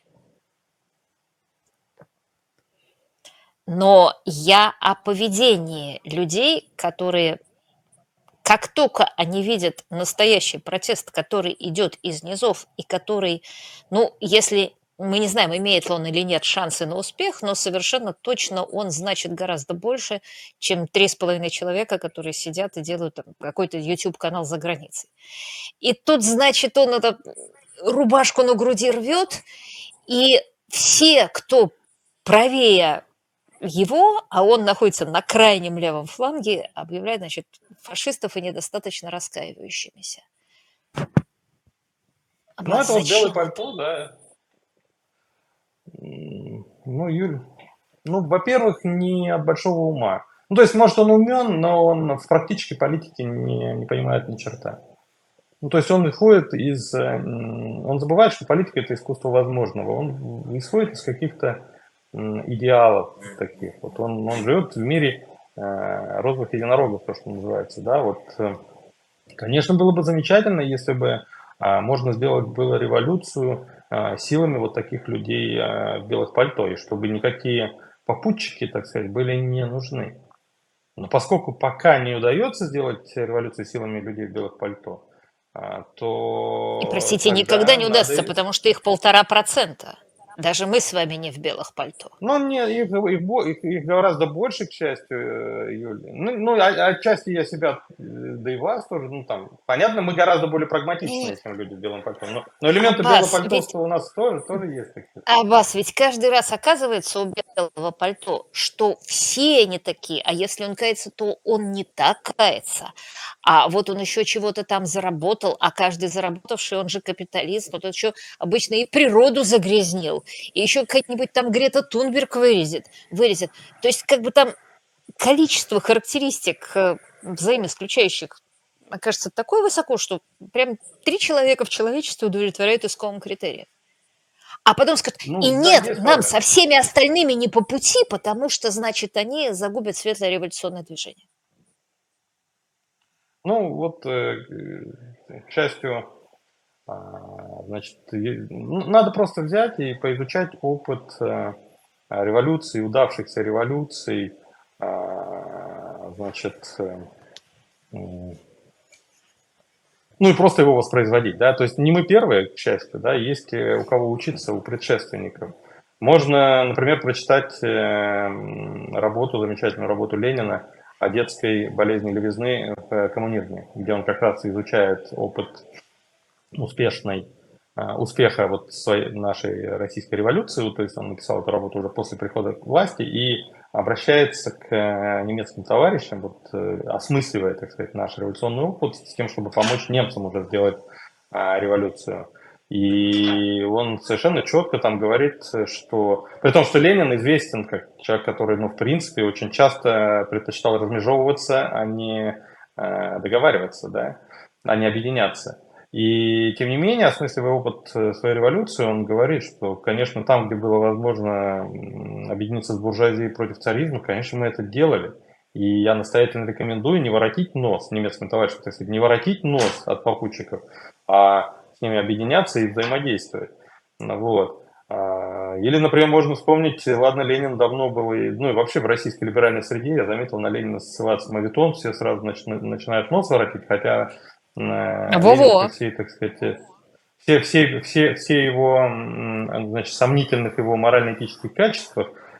но я о поведении людей, которые, как только они видят настоящий протест, который идет из низов и который, ну, если мы не знаем, имеет ли он или нет шансы на успех, но совершенно точно он значит гораздо больше, чем три с половиной человека, которые сидят и делают там какой-то YouTube-канал за границей. И тут, значит, он это рубашку на груди рвет, и все, кто правее его, а он находится на крайнем левом фланге, объявляет, значит, фашистов и недостаточно раскаивающимися. Ну, Аббас, это вот белое зачем это? пальто, да. М, Ну, Юль, ну, во-первых, не от большого ума. Ну, то есть, может, он умен, но он в практической политике не, не понимает ни черта. Ну, то есть он исходит из... э, м, Он забывает, что политика – это искусство возможного. Он исходит из каких-то м, идеалов таких. Вот он, он живет в мире э, розовых единорогов, то, что называется. Да? Вот, э, конечно, было бы замечательно, если бы а, можно сделать было революцию а, силами вот таких людей а, в белых пальто, и чтобы никакие попутчики, так сказать, были не нужны. Но поскольку пока не удается сделать революцию силами людей в белых пальто, а, И, то простите, никогда тогда не надо... удастся, потому что их полтора процента. Даже мы с вами не в белых пальто. Ну, не, их, их, бо- их- их гораздо больше, к счастью, э, Юлия. Ну, ну, а- отчасти я себя, э, да и вас тоже, ну, там, понятно, мы гораздо более Не, прагматичные, чем люди в белом пальто. Но, но элементы белого Аббас, ведь пальтовства у нас тоже, тоже есть такие. Аббас, ведь каждый раз оказывается у белого пальто, что все они такие, а если он кается, то он не так кается. А вот он еще чего-то там заработал, а каждый заработавший, он же капиталист, вот он еще обычно и природу загрязнил, и еще какая-нибудь там Грета Тунберг вырезет, вырезет. То есть как бы там количество характеристик э, взаимоисключающих окажется такое высоко, что прям три человека в человечестве удовлетворяют исковым критериям. А потом скажут: и Ну, да, нет, есть нам доля. со всеми остальными не по пути, потому что, значит, они загубят светлое революционное движение. Ну, вот, э, э, к счастью, а, значит, е- ну, надо просто взять и поизучать опыт э, революций, удавшихся революций, а, значит, э, м, ну и просто его воспроизводить, да, то есть не мы первые, к счастью, да, есть э, у кого учиться, у предшественников. Можно, например, прочитать э, м, работу, замечательную работу Ленина о детской болезни левизны в э, коммунизме, где он как раз изучает опыт успешной, а, успеха вот своей, нашей российской революции, вот, то есть он написал эту работу уже после прихода к власти и обращается к э, немецким товарищам, вот, э, осмысливая, так сказать, наш революционный опыт с тем, чтобы помочь немцам уже сделать а, революцию. И он совершенно четко там говорит, что... При том, что Ленин известен как человек, который, ну, в принципе, очень часто предпочитал размежевываться, а не э, договариваться, да, а не объединяться. И тем не менее, осмысливая опыт э, своей революции, он говорит, что, конечно, там, где было возможно м, объединиться с буржуазией против царизма, конечно, мы это делали. И я настоятельно рекомендую не воротить нос немецким товарищам, так сказать, не воротить нос от попутчиков, а с ними объединяться и взаимодействовать. Ну, вот. А, Или, например, можно вспомнить, ладно, Ленин давно был, и, ну и вообще в российской либеральной среде, я заметил, на Ленина ссылаться мавитон, все сразу начи- начинают нос воротить, хотя э, Ленин при Во-во. всей, так сказать, э, все, все, все, все его, м, значит, сомнительных его морально-этических качествах,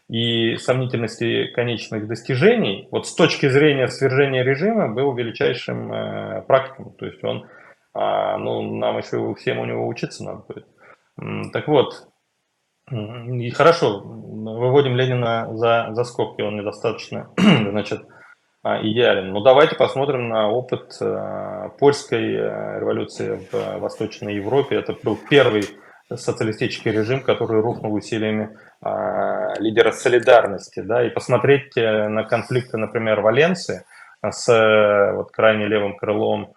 и сомнительности конечных достижений, вот с точки зрения свержения режима был величайшим э, практиком. То есть он, а, ну, нам еще всем у него учиться надо будет. М, Так вот, м, и хорошо, выводим Ленина за, за скобки, он недостаточно, значит, а, идеален. Но давайте посмотрим на опыт э, польской э, революции в э, Восточной Европе. Это был первый социалистический режим, который рухнул усилиями э, лидера солидарности. Да, и посмотреть э, на конфликты, например, Валенции с э, вот, крайне левым крылом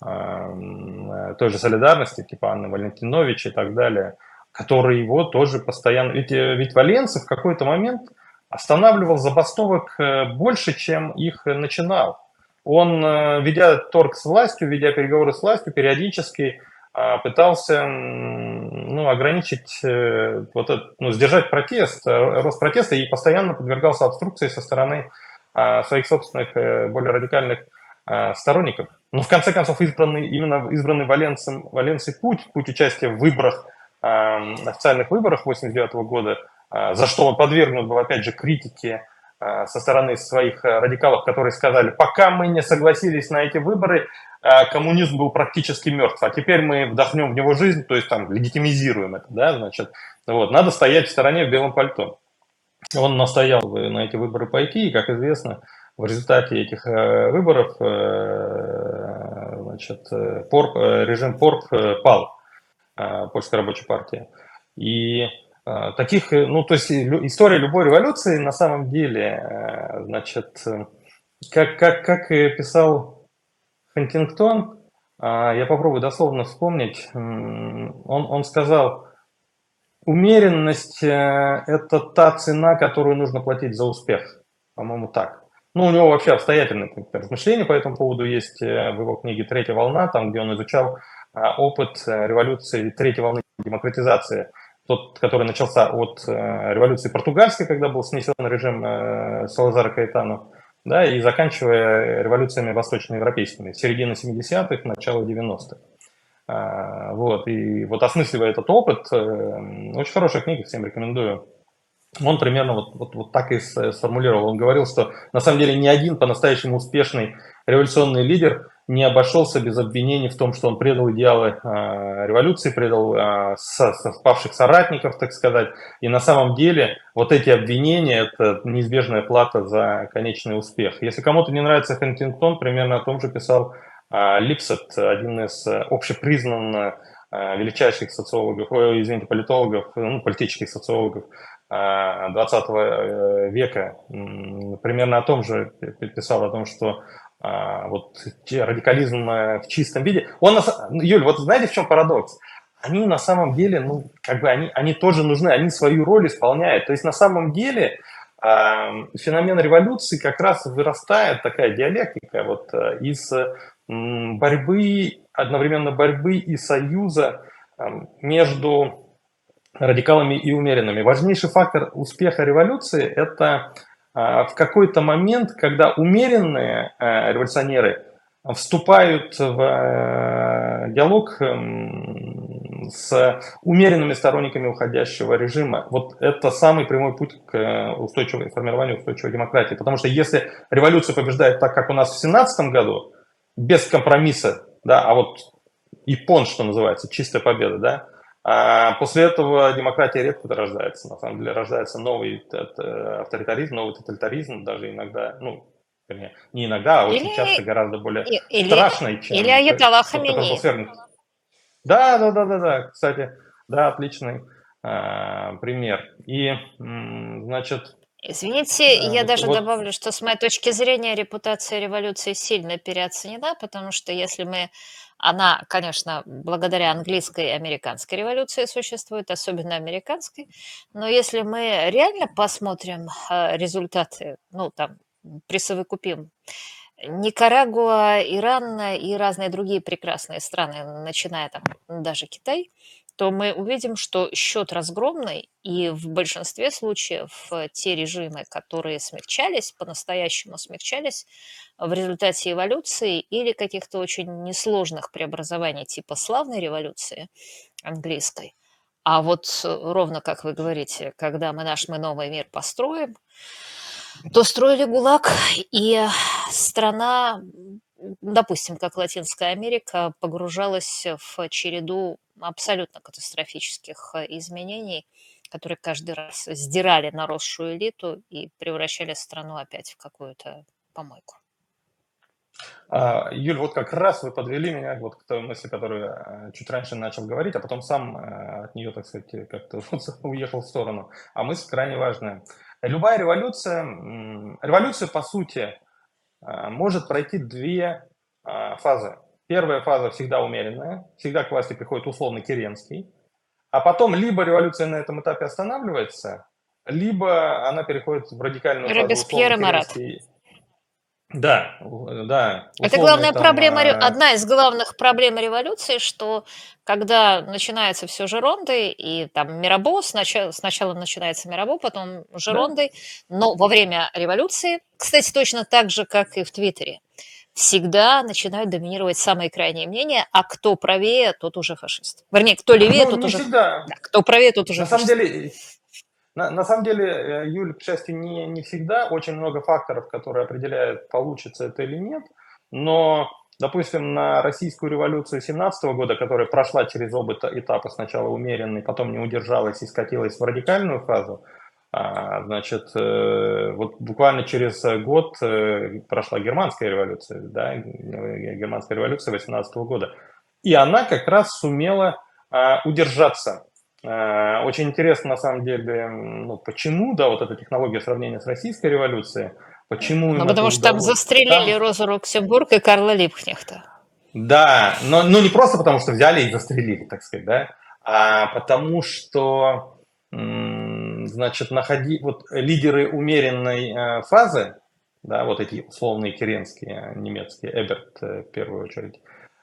э, той же солидарности, типа Анны Валентинович и так далее, который его тоже постоянно... Ведь, э, ведь Валенца в какой-то момент останавливал забастовок э, больше, чем их э, начинал. Он, э, ведя торг с властью, ведя переговоры с властью, периодически э, пытался м, ну, ограничить, э, вот это, ну, сдержать протест, э, рост протеста и постоянно подвергался обструкции со стороны э, своих собственных э, более радикальных э, сторонников. Но в конце концов избранный, именно избранный Валенцем, Валенцией путь, путь участия в выборах, э, официальных выборах восемьдесят девятого года, за что он подвергнут был, опять же, критике со стороны своих радикалов, которые сказали, пока мы не согласились на эти выборы, коммунизм был практически мертв, а теперь мы вдохнем в него жизнь, то есть там легитимизируем это, да, значит, вот, надо стоять в стороне в белом пальто. Он настоял на эти выборы пойти, и, как известно, в результате этих выборов, значит, порк, режим порк пал, Польская рабочая партия. И таких, ну, то есть история любой революции на самом деле, значит, как, как, как писал Хантингтон, я попробую дословно вспомнить, он, он сказал, умеренность – это та цена, которую нужно платить за успех, по-моему, так. Ну, у него вообще обстоятельные размышления по этому поводу есть в его книге «Третья волна», там, где он изучал опыт революции третьей волны демократизации, тот, который начался от революции португальской, когда был снесен режим Салазара Каэтано, да, и заканчивая революциями восточноевропейскими, середины семидесятых, начало девяностых. Вот, и вот осмысливая этот опыт, очень хорошая книга, всем рекомендую. Он примерно вот, вот, вот так и сформулировал. Он говорил, что на самом деле ни один по-настоящему успешный революционный лидер не обошелся без обвинений в том, что он предал идеалы э, революции, предал э, совпавших соратников, так сказать. И на самом деле вот эти обвинения – это неизбежная плата за конечный успех. Если кому-то не нравится Хантингтон, примерно о том же писал э, Липсет, один из общепризнанных э, величайших социологов, ой, извините, политологов, ну, политических социологов двадцатого века. Примерно о том же писал, о том, что вот радикализм в чистом виде. Он, Юль, вот знаете, в чем парадокс? Они на самом деле, ну, как бы они, они тоже нужны, они свою роль исполняют. То есть на самом деле феномен революции как раз вырастает, такая диалектика, вот из борьбы, одновременно борьбы и союза между радикалами и умеренными. Важнейший фактор успеха революции – это в какой-то момент, когда умеренные революционеры вступают в диалог с умеренными сторонниками уходящего режима. Вот это самый прямой путь к устойчивой, формированию устойчивой демократии. Потому что если революция побеждает так, как у нас в семнадцатом году, без компромисса, да, а вот ипон, что называется, чистая победа, да, а после этого демократия редко рождается. На самом деле рождается новый авторитаризм, новый тоталитаризм, даже иногда, ну, вернее, не иногда, а очень Или, часто гораздо более или, страшный, чем или Аятолла тот, который был Хаминеи. свергнут. Да, да, да, да, да, кстати, да, отличный а, пример. И, м, значит... Извините, я вот, даже вот. добавлю, что с моей точки зрения репутация революции сильно переоценена, потому что если мы, она, конечно, благодаря английской и американской революции существует, особенно американской, но если мы реально посмотрим э, результаты, ну там присовокупим Никарагуа, Иран и разные другие прекрасные страны, начиная там даже Китай, то мы увидим, что счет разгромный, и в большинстве случаев э, те режимы, которые смягчались, по-настоящему смягчались в результате эволюции или каких-то очень несложных преобразований типа славной революции английской, А вот э, ровно как вы говорите, когда мы наш мы новый мир построим, то строили ГУЛАГ, и страна, м, допустим, как Латинская Америка, погружалась в череду абсолютно катастрофических э, изменений, которые каждый раз сдирали наросшую элиту и превращали страну опять в какую-то помойку. А, Юль, вот как раз вы подвели меня вот к той мысли, которую я чуть раньше начал говорить, а потом сам э, от нее, так сказать, как-то вот уехал в сторону. А мысль крайне важная. Любая революция, м, революция, по сути, э, может пройти две э, фазы. Первая фаза всегда умеренная, всегда к власти приходит условно Керенский, а потом либо революция на этом этапе останавливается, либо она переходит в радикальную фазу Робеспьер условно и Марат. Керенский. Да, у- да, Это условные главная там проблема, ре- э, одна из главных проблем революции, что когда начинается все Жерондой, и там Мирабо, сначала, сначала начинается Мирабо, потом да. Жерондой, но во время революции, кстати, точно так же, как и в Твиттере, всегда начинают доминировать самые крайние мнения, а кто правее, тот уже фашист. Вернее, кто левее, Ну, тот не уже... всегда. Да, кто правее, тот уже На самом фашист. деле, на, на самом деле, э, Юль, к счастью, не, не всегда. Очень много факторов, которые определяют, получится это или нет. Но, допустим, на российскую революцию семнадцатого года, которая прошла через оба эта- этапа, сначала умеренный, потом не удержалась и скатилась в радикальную фазу, а, значит, э, вот буквально через год э, прошла германская революция, да, г- германская революция восемнадцатого года. И она как раз сумела а, удержаться. А, Очень интересно, на самом деле, м, ну, почему, да, вот эта технология сравнения с российской революцией, почему Ну, им это потому что там удалось. застрелили Там, Розу Люксембург и Карла Липкнехта. да, но, но не просто потому, что взяли и застрелили, так сказать, да, а потому что, м, значит, находи, вот лидеры умеренной э, фазы, да, вот эти условные керенские, немецкие, Эберт э, в первую очередь,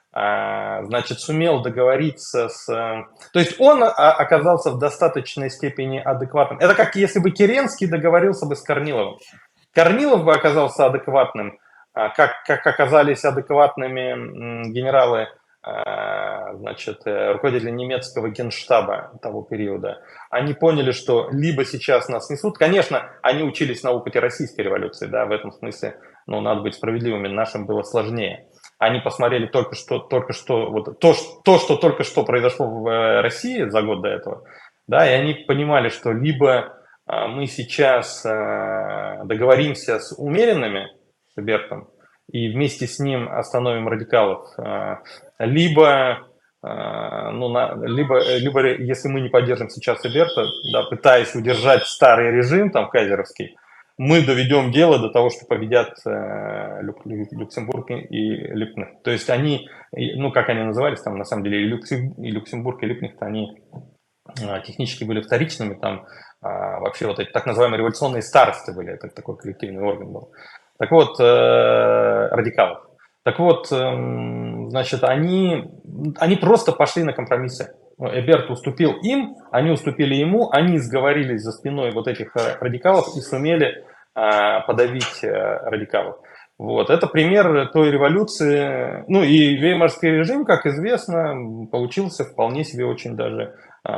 а, значит, сумел договориться с... э, То есть он а, оказался в достаточной степени адекватным. Это как если бы Керенский договорился бы с Корниловым. Корнилов бы оказался адекватным, а, как, как оказались адекватными м, генералы, а, значит, э, руководители немецкого генштаба того периода. Они поняли, что либо сейчас нас несут. Конечно, они учились на опыте российской революции, да, в этом смысле, ну, надо быть справедливыми, нашим было сложнее. Они посмотрели только что, только что вот то, ш- то, что только что произошло в э, России за год до этого, да, и они понимали, что либо а, мы сейчас а, договоримся с умеренными, с Бертом, и вместе с ним остановим радикалов, а, либо, а, ну, на, либо, либо если мы не поддержим сейчас Берта, да, пытаясь удержать старый режим, там, кайзеровский, мы доведем дело до того, что победят э, Люк- Лю- Люксембург и Липкнехт. То есть они, и, ну, как они назывались, там, на самом деле, и, Люксем- и Люксембург, и Липкнехт, они а, технически были вторичными, там а, вообще вот эти так называемые революционные старосты были, это такой коллективный орган был. Так вот, э, радикалов. Так вот, эм, значит, они, они просто пошли на компромиссы. Ну, Эберт уступил им, они уступили ему, они сговорились за спиной вот этих э, радикалов и сумели а, подавить э, радикалов. Вот. Это пример той революции. Ну и веймарский режим, как известно, получился вполне себе очень даже,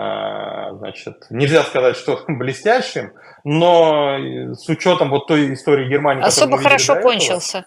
а, значит, нельзя сказать, что блестящим, но с учетом вот той истории Германии, которую Особо мы видели до хорошо этого, кончился.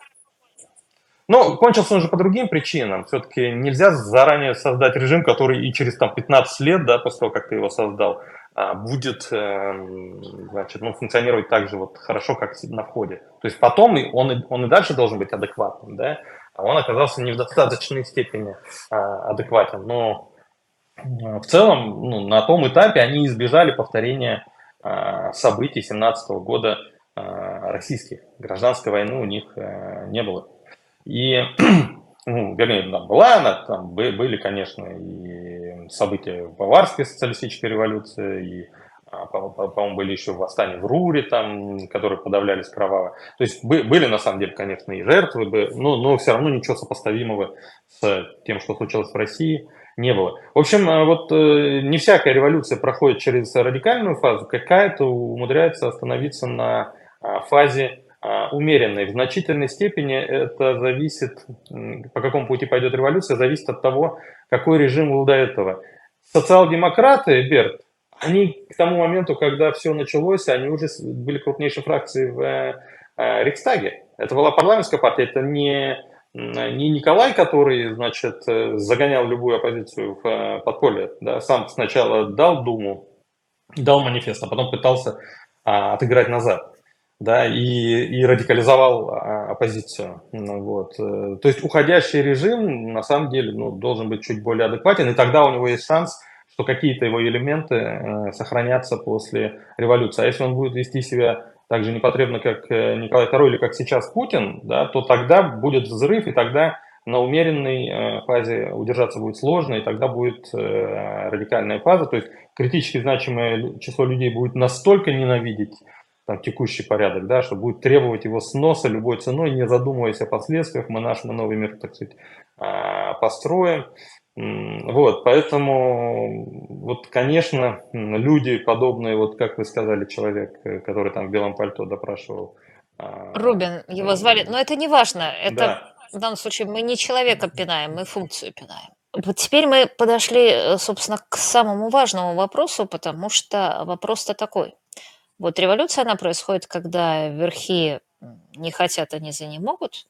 но кончился он же по другим причинам. Все-таки нельзя заранее создать режим, который и через там, пятнадцать лет, да, после того, как ты его создал, а, будет эм, значит, ну, функционировать так же вот хорошо, как на входе. То есть потом и он, и- он и дальше должен быть адекватным, да, а он оказался не в достаточной степени а, адекватен. Но а, в целом, ну, на том этапе они избежали повторения а, событий семнадцатого года а, российских. Гражданской войны у них а, не было. И, ну, вернее, там была она, там бы- были, конечно, и события в Баварской социалистической революции, и, а, по- по- по-моему, были еще восстания в Руре, там, которые подавлялись кроваво. То есть бы- были, на самом деле, конечно, и жертвы, бы- но, но все равно ничего сопоставимого с тем, что случилось в России, не было. В общем, а, вот э, не всякая революция проходит через радикальную фазу, какая-то умудряется остановиться на а, фазе а, умеренной. В значительной степени это зависит, м, по какому пути пойдет революция, зависит от того, какой режим был до этого. социал-демократы, Берт, они к тому моменту, когда все началось, они уже с- были крупнейшей фракцией в э, э, Рейхстаге. Это была парламентская партия, это не, м, не Николай, который, значит, э, загонял любую оппозицию в э, подполье, да, сам сначала дал Думу, дал манифест, а потом пытался а, отыграть назад, да, и, и радикализовал а, оппозицию. Ну, вот. э, То есть уходящий режим, на самом деле, ну, должен быть чуть более адекватен, и тогда у него есть шанс, что какие-то его элементы э, сохранятся после революции. А если он будет вести себя так же непотребно, как э, Николай второй или как сейчас Путин, да, то тогда будет взрыв, и тогда на умеренной э, фазе удержаться будет сложно, и тогда будет э, радикальная фаза. То есть критически значимое лю- число людей будет настолько ненавидеть там, текущий порядок, да, что будет требовать его сноса любой ценой, не задумываясь о последствиях. Мы наш мы новый мир, так сказать, а, построим. М, Вот, поэтому, вот, конечно, м, люди подобные, вот как вы сказали, человек, э, который там в белом пальто допрашивал, а, Рубин его звали, м, но это не важно. Это да, в данном случае мы не человека пинаем, мы функцию пинаем. Вот теперь мы подошли, э, собственно, к самому важному вопросу, потому что вопрос-то такой. Вот революция, она происходит, когда верхи м, не хотят, они за не могут,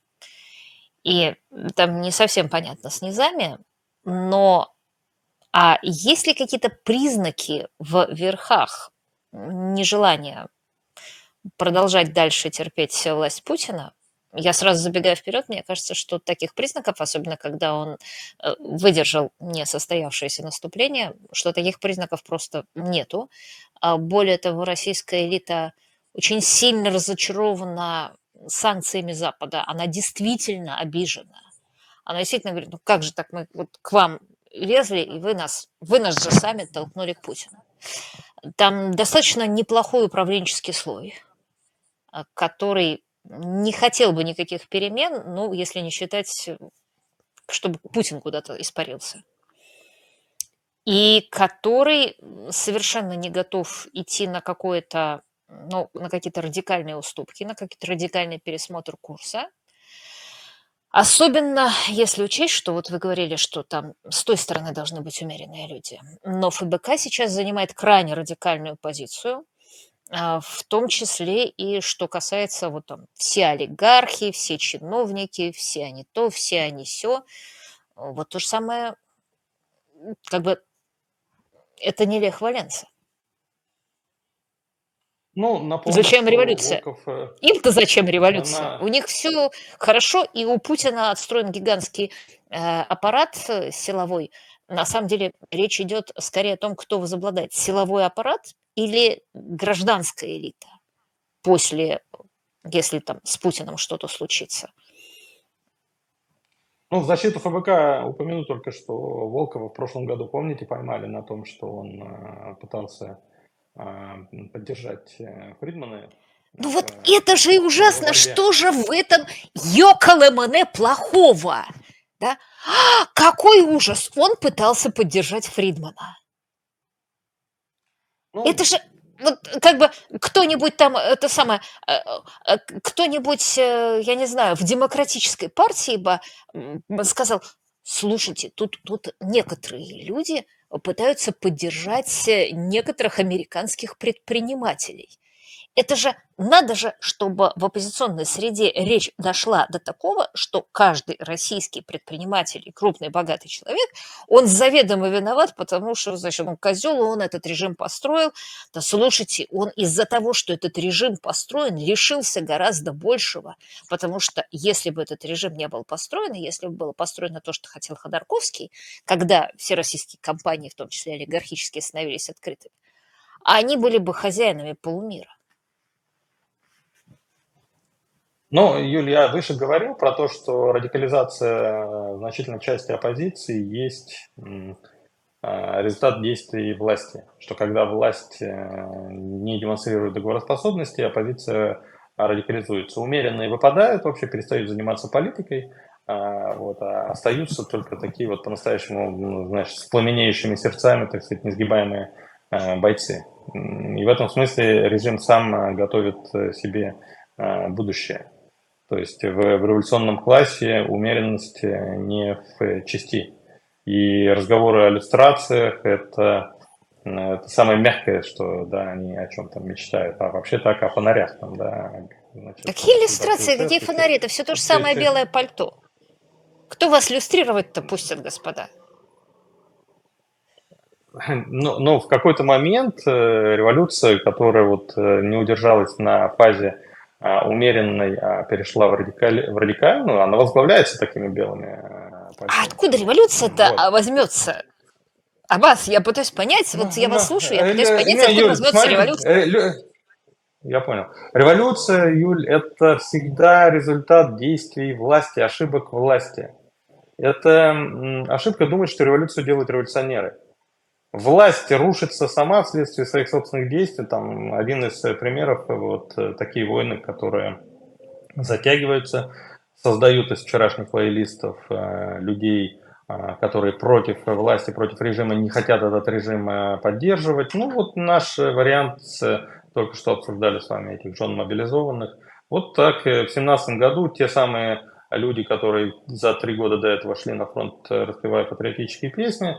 и там не совсем понятно с низами, но а есть ли какие-то признаки в верхах нежелания продолжать дальше терпеть власть Путина? Я сразу забегаю вперед, мне кажется, что таких признаков, особенно когда он э, выдержал несостоявшееся наступление, что таких признаков просто нету. А более того, российская элита очень сильно разочарована санкциями Запада. Она действительно обижена. Она действительно говорит, ну как же так, мы вот к вам лезли, и вы нас, вы нас же сами толкнули к Путину. Там достаточно неплохой управленческий слой, а, который не хотел бы никаких перемен, ну, если не считать, э, чтобы Путин куда-то испарился. И который м, совершенно не готов идти на какое-то, ну, на какие-то радикальные уступки, на какие-то радикальный пересмотр курса. Особенно если учесть, что вот вы говорили, что там с той стороны должны быть умеренные люди. Но ФБК сейчас занимает крайне радикальную позицию, а, в том числе и что касается вот там все олигархи, все чиновники, все они то, все они сё. Вот то же самое, м, как бы это не Лех Валенса. ну, напомню, Зачем что революция? Волков, э, Им-то зачем революция? У она них все хорошо, и у Путина отстроен гигантский э, аппарат э, силовой. На самом деле речь идет скорее о том, кто возобладает: силовой аппарат или гражданская элита после, если там с Путиным что-то случится. Ну, в защиту ФБК упомяну только, что Волкова в прошлом году, помните, поймали на том, что он э, пытался э, поддержать э, Фридмана Ну в, вот э, это же и в его ужасно, борьбе. что же в этом ёкалэмэне плохого? Да? А, какой ужас! Он пытался поддержать Фридмана. Это Ну, же вот как бы кто-нибудь там, это самое, э, э, кто-нибудь, э, я не знаю, в демократической партии бы м, сказал: слушайте, тут, тут некоторые люди пытаются поддержать э, некоторых американских предпринимателей. Это же надо же, чтобы в оппозиционной среде речь дошла до такого, что каждый российский предприниматель и крупный богатый человек, он заведомо виноват, потому что, значит, он козел, он этот режим построил. Да слушайте, он из-за того, что этот режим построен, лишился гораздо большего, потому что если бы этот режим не был построен, и если бы было построено то, что хотел Ходорковский, когда все российские компании, в том числе олигархические, становились открытыми, они были бы хозяинами полумира. ну, Юль, я выше говорил про то, что радикализация э, значительной части оппозиции есть м, э, результат действий власти. Что когда власть э, не демонстрирует договороспособности, оппозиция радикализуется. Умеренные выпадают, вообще перестают заниматься политикой, а, вот, а остаются только такие вот по-настоящему, ну, знаешь, с пламенеющими сердцами, так сказать, несгибаемые э, бойцы. М, И в этом смысле режим сам э, готовит э, себе э, будущее. То есть в, в революционном классе умеренность э, не в чести. И разговоры о люстрациях – это, э, это самое мягкое, что, да, они о чем там мечтают. А вообще так о фонарях там, да, значит, Какие государство иллюстрации, какие СС, и все, фонари? Это все то же все, самое все. белое пальто. Кто вас люстрировать-то пустят, господа? Но, но в какой-то момент э, революция, которая вот э, не удержалась на фазе а, умеренной, а перешла в, радикаль- в радикальную, она возглавляется такими белыми э, А пальтами. откуда М, революция-то Вот. а, возьмется? Аббас, я пытаюсь понять, Ну, вот я ну, вас слушаю, я э, пытаюсь лю- понять, не, откуда Юль, возьмется смотри, революция. э, лю- я понял. Революция, Юль, это всегда результат действий власти, ошибок власти. Это м, ошибка думать, что революцию делают революционеры. Власть рушится сама вследствие своих собственных действий. Там один из э, примеров, э, вот э, такие войны, которые затягиваются, создают из вчерашних лоялистов э, людей, э, которые против власти, против режима, не хотят этот режим э, поддерживать. Ну вот наш э, вариант, с, э, только что обсуждали с вами этих жен мобилизованных. Вот так э, в семнадцатом году те самые люди, которые за три года до этого шли на фронт, э, распевая патриотические песни,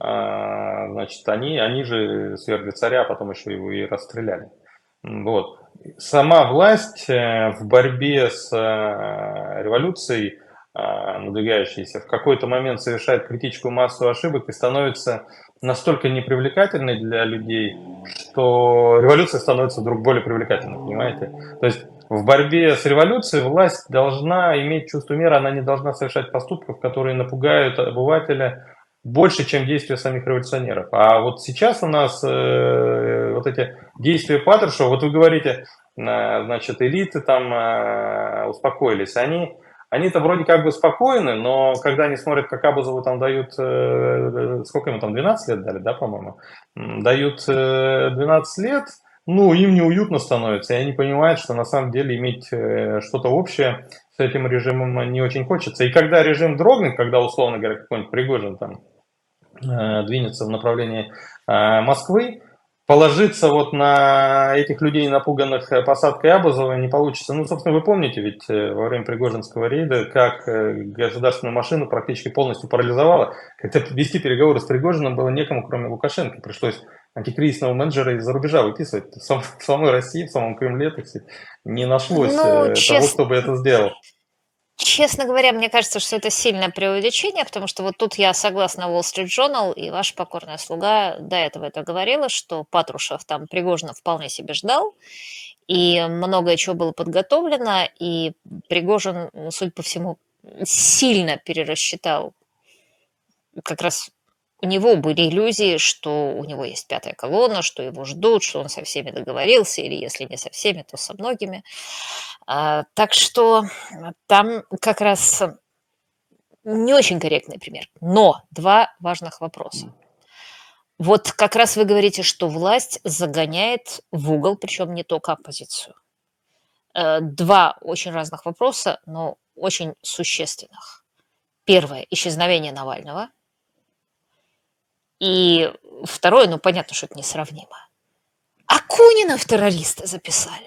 а, значит, они, они же свергли царя, а потом еще его и расстреляли. М, Вот. Сама власть э, в борьбе с э, революцией, а, надвигающейся, в какой-то момент совершает критическую массу ошибок и становится настолько непривлекательной для людей, что революция становится вдруг более привлекательной, понимаете? То есть в борьбе с революцией власть должна иметь чувство меры, она не должна совершать поступков, которые напугают обывателя больше, чем действия самих революционеров. А вот сейчас у нас э, вот эти действия Патрушева, вот вы говорите, э, значит, элиты там э, успокоились, они, они-то вроде как бы спокойны, но когда они смотрят, как Абузову там дают, э, сколько ему там, двенадцать лет дали, да, по-моему, М, дают э, двенадцать лет, ну, им неуютно становится, и они понимают, что на самом деле иметь э, что-то общее с этим режимом не очень хочется. И когда режим дрогнет, когда, условно говоря, какой-нибудь Пригожин там э, двинется в направлении э, Москвы, положиться вот на этих людей, напуганных э, посадкой Абазова, не получится. Ну, собственно, вы помните, ведь э, во время Пригожинского рейда, как э, государственную машину практически полностью парализовало. Когда вести переговоры с Пригожиным было некому, кроме Лукашенко. Пришлось антикризисного менеджера из-за рубежа выписывать. В, сам, в самой России, в самом Кремле, так сказать, не нашлось Ну, э, того, честно, кто бы это сделал. честно говоря, мне кажется, что это сильное преувеличение, потому что вот тут я согласна Wall Street Journal, и ваша покорная слуга до этого это говорила, что Патрушев там Пригожина вполне себе ждал, и многое чего было подготовлено, и Пригожин, ну, судя по всему, сильно перерасчитал. Как раз у него были иллюзии, что у него есть пятая колонна, что его ждут, что он со всеми договорился, или если не со всеми, то со многими. А, так что а, там как раз не очень корректный пример. Но два важных вопроса. Вот как раз вы говорите, что власть загоняет в угол, причем не только оппозицию. Э, Два очень разных вопроса, но очень существенных. Первое – исчезновение Навального. И второе, ну понятно, что это несравнимо. Акунина в террористы записали.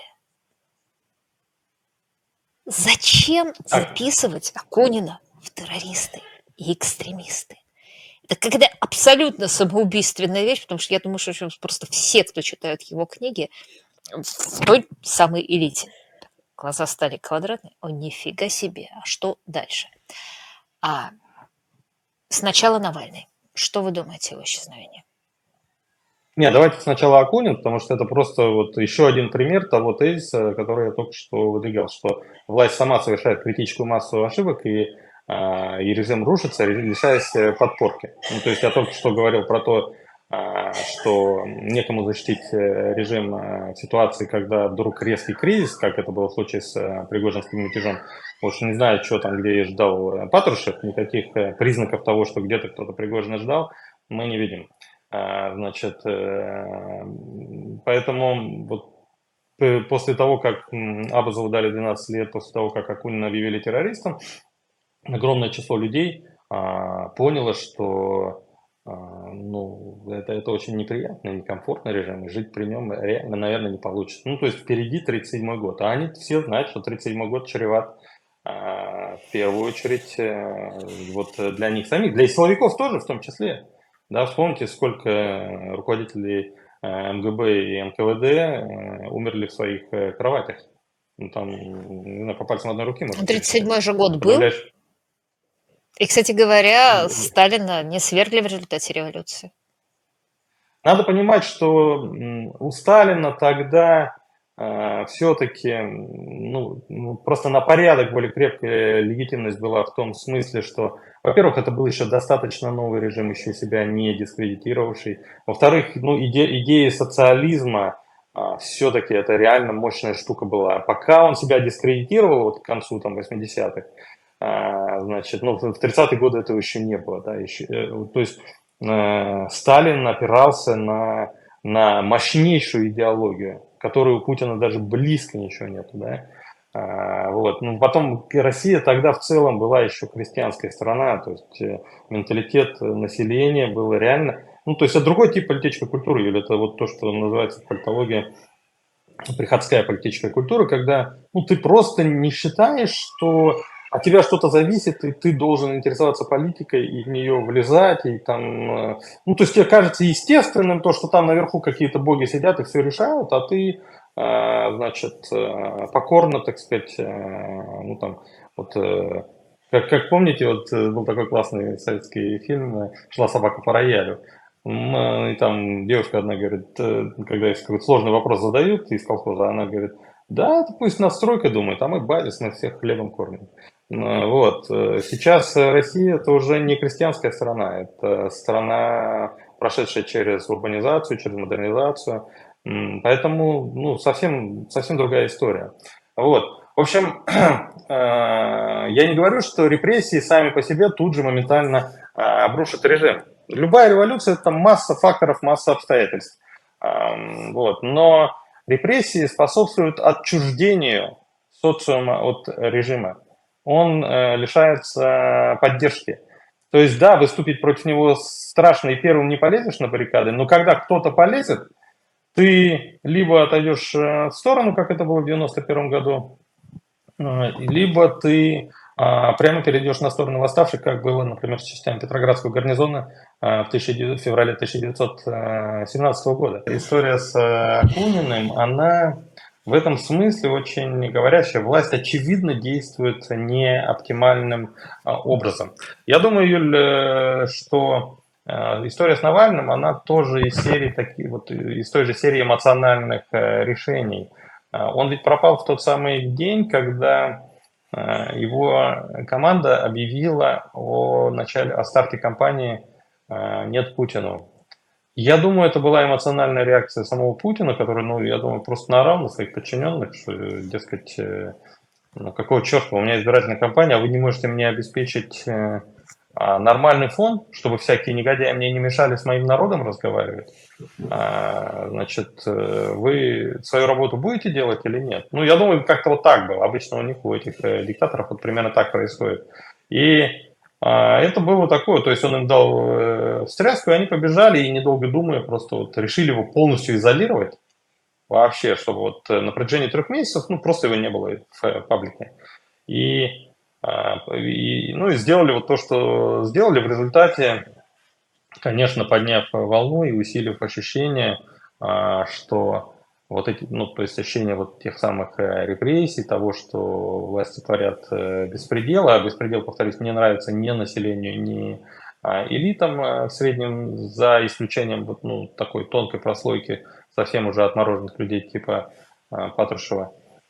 Зачем А, записывать Акунина в террористы и экстремисты? Это какая-то абсолютно самоубийственная вещь, потому что я думаю, что просто все, кто читают его книги, в той самой элите. Глаза стали квадратные. О, нифига себе. А что дальше? А сначала Навальный. Что вы думаете о его исчезновении? Не, давайте сначала Акунин, потому что это просто вот еще один пример того тезиса, который я только что выдвигал, что власть сама совершает критическую массу ошибок, и, а, и режим рушится, лишаясь э, подпорки. Ну, то есть я только что говорил про то, а, что некому защитить э, режим а, в ситуации, когда вдруг резкий кризис, как это было в случае с э, Пригожинским мятежом. Уж не знаю, что там, где ждал э, Патрушев, никаких э, признаков того, что где-то кто-то Пригожина ждал, мы не видим. А, Значит, э, поэтому вот п- после того, как м, Абазову дали двенадцать лет, после того, как Акунина объявили террористом, огромное число людей а, поняло, что а, ну, это, это очень неприятный, некомфортный режим, и жить при нем реально, наверное, не получится. Ну, то есть впереди тридцать седьмой год, а они все знают, что тридцать седьмой год чреват а, в первую очередь э, вот для них самих, для силовиков тоже в том числе. Да, вспомните, сколько руководителей э, эм гэ бэ и эн ка вэ дэ э, умерли в своих э, кроватях. Ну, там, не знаю, по пальцам одной руки можно тридцать пересчитать. седьмой же год был. Подавляешь... И, кстати говоря, Сталина не свергли в результате революции. Надо понимать, что м, у Сталина тогда э, все-таки ну, ну, просто на порядок более крепкая легитимность была в том смысле, что, во-первых, это был еще достаточно новый режим, еще себя не дискредитировавший. Во-вторых, ну, иде, идея социализма а, все-таки это реально мощная штука была. Пока он себя дискредитировал вот к концу там, восьмидесятых, а, значит, ну, в тридцатые годы этого еще не было. Да, еще, э, то есть э, Сталин опирался на, на мощнейшую идеологию, которой у Путина даже близко ничего нету. Да? А, вот. Ну, потом Россия тогда в целом была еще крестьянская страна, то есть э, менталитет населения был реально... Ну, то есть это другой тип политической культуры, или это вот то, что называется в политологии приходская политическая культура, когда ну, ты просто не считаешь, что от тебя что-то зависит, и ты должен интересоваться политикой и в нее влезать, и там, ну, то есть тебе кажется естественным то, что там наверху какие-то боги сидят и все решают, а ты, значит, покорно, так сказать, ну, там, вот, как, как помните, вот был такой классный советский фильм «Шла собака по роялю», и там девушка одна говорит, когда если какой-то сложный вопрос задают из колхоза, она говорит, да, это пусть настройка думает, а мы базис на всех хлебом кормим. Вот. Сейчас Россия это уже не крестьянская страна, это страна, прошедшая через урбанизацию, через модернизацию, поэтому ну, совсем, совсем другая история. Вот. В общем, я не говорю, что репрессии сами по себе тут же моментально обрушат режим. Любая революция – это масса факторов, масса обстоятельств. Вот. Но репрессии способствуют отчуждению социума от режима. Он лишается поддержки. То есть, да, выступить против него страшно, и первым не полезешь на баррикады, но когда кто-то полезет, ты либо отойдешь в сторону, как это было в девяносто первом году, либо ты а, прямо перейдешь на сторону восставших, как было, например, с частями Петроградского гарнизона а, в, в феврале тысяча девятьсот семнадцатого года. История с Акуниным, она в этом смысле очень говорящая. Власть, очевидно, действует не оптимальным а, образом. Я думаю, Юль, что а, история с Навальным, она тоже из серии таких, вот, из той же серии эмоциональных а, решений. Он ведь пропал в тот самый день, когда его команда объявила о начале, о старте кампании «Нет Путину». Я думаю, это была эмоциональная реакция самого Путина, который, ну, я думаю, просто наорал на своих подчиненных, что, дескать, ну, какого черта, у меня избирательная кампания, а вы не можете мне обеспечить нормальный фон, чтобы всякие негодяи мне не мешали с моим народом разговаривать. А, значит, вы свою работу будете делать или нет? Ну, я думаю, как-то вот так было. Обычно у них, у этих диктаторов, вот примерно так происходит. И а, это было такое, то есть он им дал э, встряску, и они побежали, и недолго думая, просто вот решили его полностью изолировать. Вообще, чтобы вот на протяжении трех месяцев, ну, просто его не было в паблике. И И, ну и сделали вот то, что сделали в результате, конечно, подняв волну и усилив ощущение, что вот эти, ну, то есть ощущение вот тех самых репрессий, того, что власти творят беспредел, а беспредел, повторюсь, не нравится ни населению, ни элитам в среднем, за исключением вот, ну, такой тонкой прослойки совсем уже отмороженных людей типа Патрушева.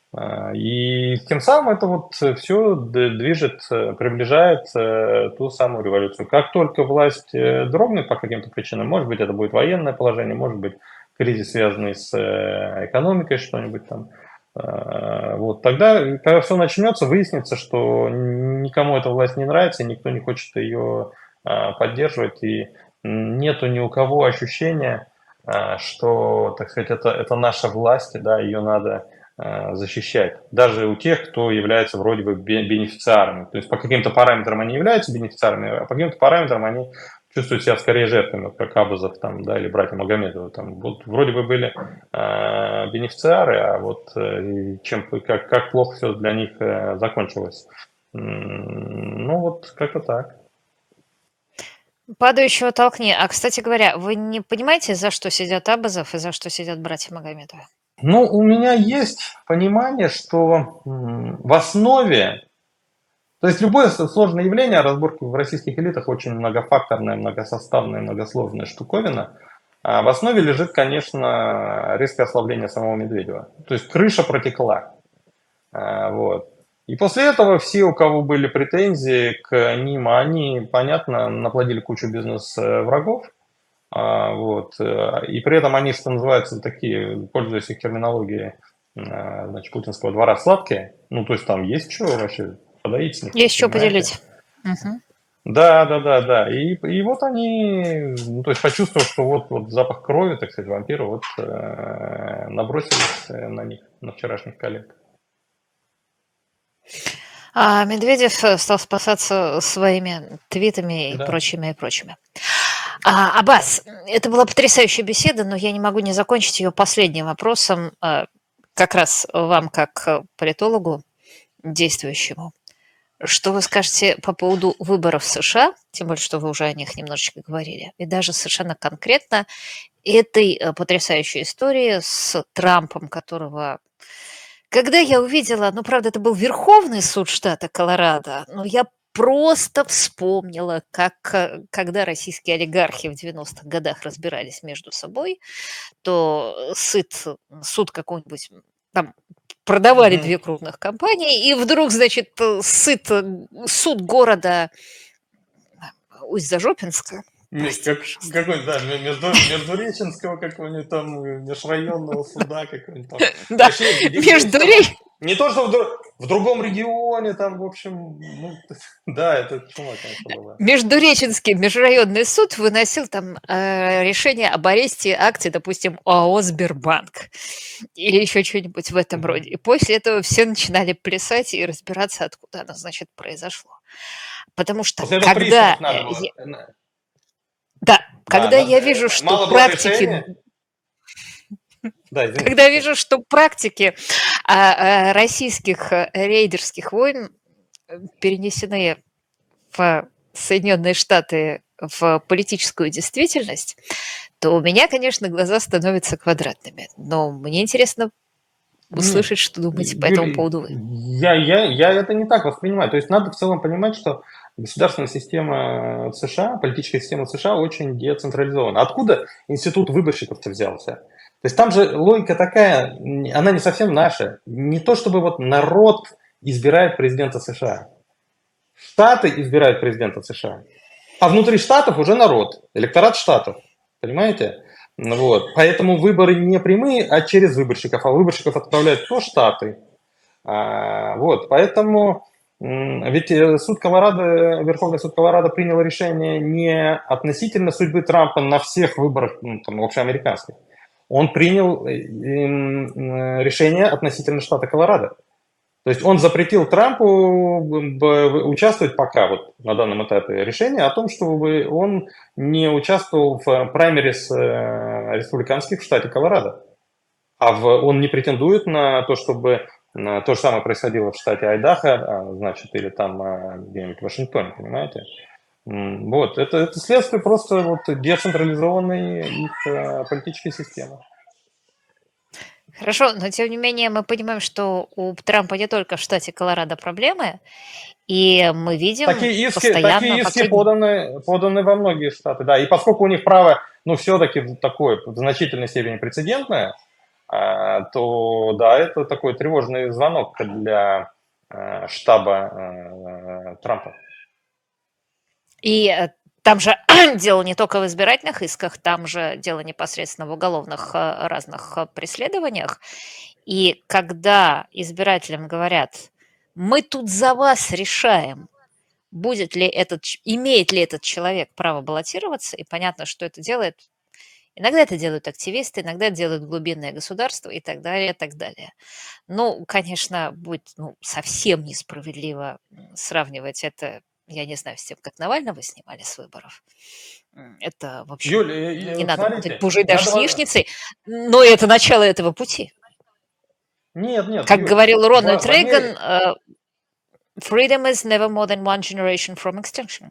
И тем самым это вот все движет, приближает ту самую революцию. Как только власть дрогнет по каким-то причинам, может быть, это будет военное положение, может быть, кризис, связанный с экономикой, что-нибудь там, вот тогда, когда все начнется, выяснится, что никому эта власть не нравится, никто не хочет ее поддерживать, и нету ни у кого ощущения, что, так сказать, это, это наша власть, да, ее надо защищать. Даже у тех, кто является вроде бы бенефициарами. То есть по каким-то параметрам они являются бенефициарами, а по каким-то параметрам они чувствуют себя скорее жертвами, как Абазов там, да, или братья Магомедовы. Там, вот вроде бы были э, бенефициары, а вот э, чем, как, как плохо все для них э, закончилось. М, Ну вот как-то так. Падающего толкни. А, кстати говоря, вы не понимаете, за что сидят Абазов и за что сидят братья Магомедовы? Ну, у меня есть понимание, что м, в основе, то есть любое с- сложное явление, разборки в российских элитах очень многофакторная, многосоставная, многосложная штуковина. А в основе лежит, конечно, резкое ослабление самого Медведева. То есть крыша протекла. А, Вот. И после этого все, у кого были претензии к ним, они, понятно, наплодили кучу бизнес-врагов. А, Вот. э, И при этом они, что называется, такие, пользуясь их терминологией, а, значит, путинского двора, сладкие. Ну, то есть там есть что вообще подоить с них, Есть что понимаете? поделить. Мгм. Да, да, да, да. И, и вот они, ну, то есть почувствовав, что вот, вот запах крови, так сказать, вампира, вот э, набросились э, на них, на вчерашних коллег. А Медведев э, стал спасаться своими твитами и Да. прочими, и прочими. А, Аббас, это была потрясающая беседа, но я не могу не закончить ее последним вопросом, э, как раз вам, как э, политологу действующему. Что вы скажете по поводу выборов в США, тем более, что вы уже о них немножечко говорили, и даже совершенно конкретно этой э, потрясающей истории с Трампом, которого когда я увидела, ну, правда, это был Верховный суд штата Колорадо, но я просто вспомнила, как, э, когда российские олигархи в девяностых годах разбирались между собой, то сыт, суд какой-нибудь, там продавали Мгм. две крупных компании, и вдруг, значит, э, сыт э, суд города Усть-Зажопинска, Ме- прости, Как, пожалуйста, какой, да, ме- между, междуреченского какого-нибудь там э, межрайонного суда какого-нибудь там. да, Вообще, где, где между там, рей- не то, что в, дру- в другом регионе, там, в общем, ну, да, это чума, конечно, была. Междуреченский межрайонный суд выносил там э, решение об аресте акций, допустим, ОАО «Сбербанк» или еще что-нибудь в этом Мгм. роде. И после этого все начинали плясать и разбираться, откуда оно, значит, произошло. Потому что После этого когда, приставов надо э, было. я- э, на- да, Да, когда надо, я э, вижу, что мало было практики, решения. Да, извините, когда я что. вижу, что практики а, а, российских э, рейдерских войн э, перенесены в Соединенные Штаты в политическую действительность, то у меня, конечно, глаза становятся квадратными. Но мне интересно Нет, услышать, что думаете по этому Юрий, поводу вы. я, я, я это не так воспринимаю. То есть надо в целом понимать, что государственная система США, политическая система США очень децентрализована. Откуда институт выборщиков-то взялся? То есть там же логика такая, н- она не совсем наша. Не то чтобы вот народ избирает президента США. Штаты избирают президента США. А внутри штатов уже народ, электорат штатов. Понимаете? Ну Вот. Поэтому выборы не прямые, а через выборщиков. А выборщиков отправляют кто? Штаты. А, вот. Поэтому м, ведь э, суд Колорадо, Верховный суд Колорадо принял решение не относительно судьбы Трампа на всех выборах, ну, там, общеамериканских. Он принял э, м, м, решение относительно штата Колорадо. То есть он запретил Трампу участвовать пока вот на данном этапе решения о том, чтобы он не участвовал в праймерис э, республиканских в штате Колорадо. А в, он не претендует на то, чтобы на то же самое происходило в штате Айдахо, а, значит, или там а, где-нибудь в Вашингтоне, понимаете? М, Вот, это, это следствие просто вот децентрализованной их э, политической системы. Хорошо, но тем не менее мы понимаем, что у Трампа не только в штате Колорадо проблемы, и мы видим Такие иски, постоянно такие иски последние... поданы, поданы во многие штаты, да. И поскольку у них право, ну, все-таки такое в значительной степени прецедентное, а, то, да, это такой тревожный звонок для а, штаба а, Трампа. И э, там же дело не только в избирательных исках, там же дело непосредственно в уголовных э, разных э, преследованиях. И когда избирателям говорят, мы тут за вас решаем, будет ли этот, ч- имеет ли этот человек право баллотироваться, и понятно, что это делает, иногда это делают активисты, иногда это делают глубинное государство и так далее, и так далее. Ну, конечно, будет ну, совсем несправедливо м, сравнивать это Я не знаю, с тем, как Навального снимали с выборов. М, Это, в общем, Юль, э, э, не вот надо путать смотрите, мужей даже надо... с во- яичницей, но это начало этого пути. Нет, нет, Как Юль, говорил в, Рональд в Рейган, Америке... э, freedom is never more than one generation from extinction.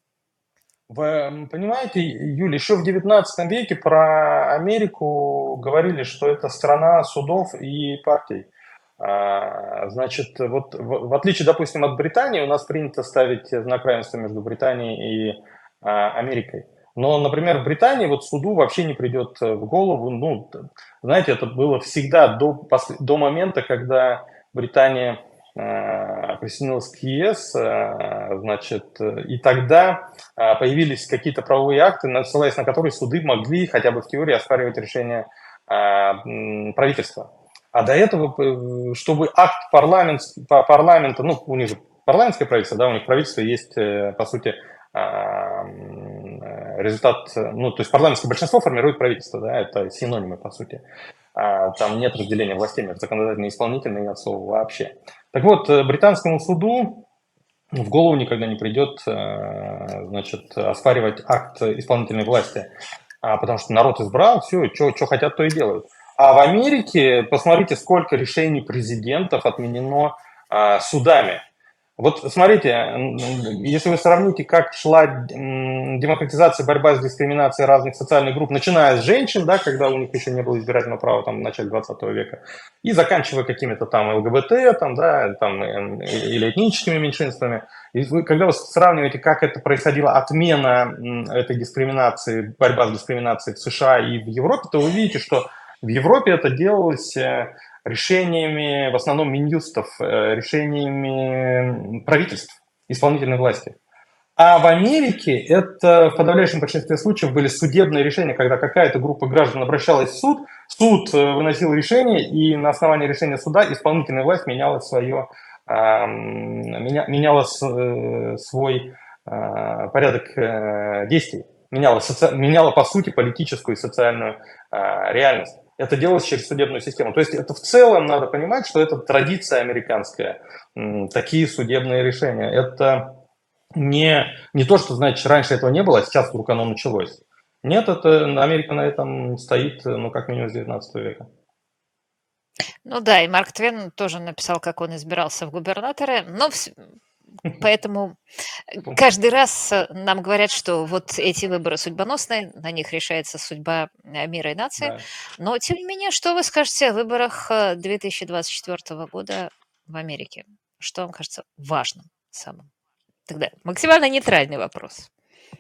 Вы м, понимаете, Юля, еще в девятнадцатом веке про Америку говорили, что это страна судов и партий. А, Значит, вот в, в отличие, допустим, от Британии, у нас принято ставить знак равенства между Британией и а, Америкой. Но, например, в Британии вот суду вообще не придет в голову. Ну, т- знаете, это было всегда до, после- до момента, когда Британия а, присоединилась к ЕС, а, значит, и тогда а, появились какие-то правовые акты, на- ссылаясь на которые суды могли хотя бы в теории оспаривать решение а, м, правительства. А до этого, э, чтобы акт парламент, па- парламента, ну, у них же парламентское правительство, да, у них правительство есть, э, по сути, а, м, э, результат, э, ну, то есть парламентское большинство формирует правительство, да, это синонимы, по сути. А, Там нет разделения властей между законодательной и исполнительной, нет слова вообще. Так вот, э, британскому суду в голову никогда не придет, э, значит, оспаривать акт исполнительной власти, а, потому что народ избрал, все, что хотят, то и делают. А в Америке, посмотрите, сколько решений президентов отменено а, судами. Вот смотрите, м, если вы сравните, как шла м, демократизация, борьба с дискриминацией разных социальных групп, начиная с женщин, да, когда у них еще не было избирательного права там, в начале двадцатого века, и заканчивая какими-то там ЛГБТ там, да, там, э, или этническими меньшинствами. И вы, когда вы сравниваете, как это происходила отмена м, этой дискриминации, борьба с дискриминацией в США и в Европе, то вы видите, что в Европе это делалось э, решениями, в основном минюстов, э, решениями правительств, исполнительной власти. А в Америке это в подавляющем большинстве случаев были судебные решения, когда какая-то группа граждан обращалась в суд, суд э, выносил решение, и на основании решения суда исполнительная власть меняла свое, а, меня, меняла с- э, свой а, порядок э, действий, меняла, соци- меняла по сути политическую и социальную а, реальность. Это делалось через судебную систему. То есть это в целом надо понимать, что это традиция американская, м, такие судебные решения. Это не, не то, что, значит, раньше этого не было, а сейчас вдруг оно началось. Нет, это Америка на этом стоит, ну, как минимум с девятнадцатого века. Ну да, и Марк Твен тоже написал, как он избирался в губернаторы, но вс- поэтому э, каждый раз э, нам говорят, что вот эти выборы судьбоносные, на них решается судьба э, мира и нации. Да. Но, тем не менее, что вы скажете о выборах э, две тысячи двадцать четвёртого года в Америке? Что вам кажется важным самым? Тогда максимально нейтральный вопрос.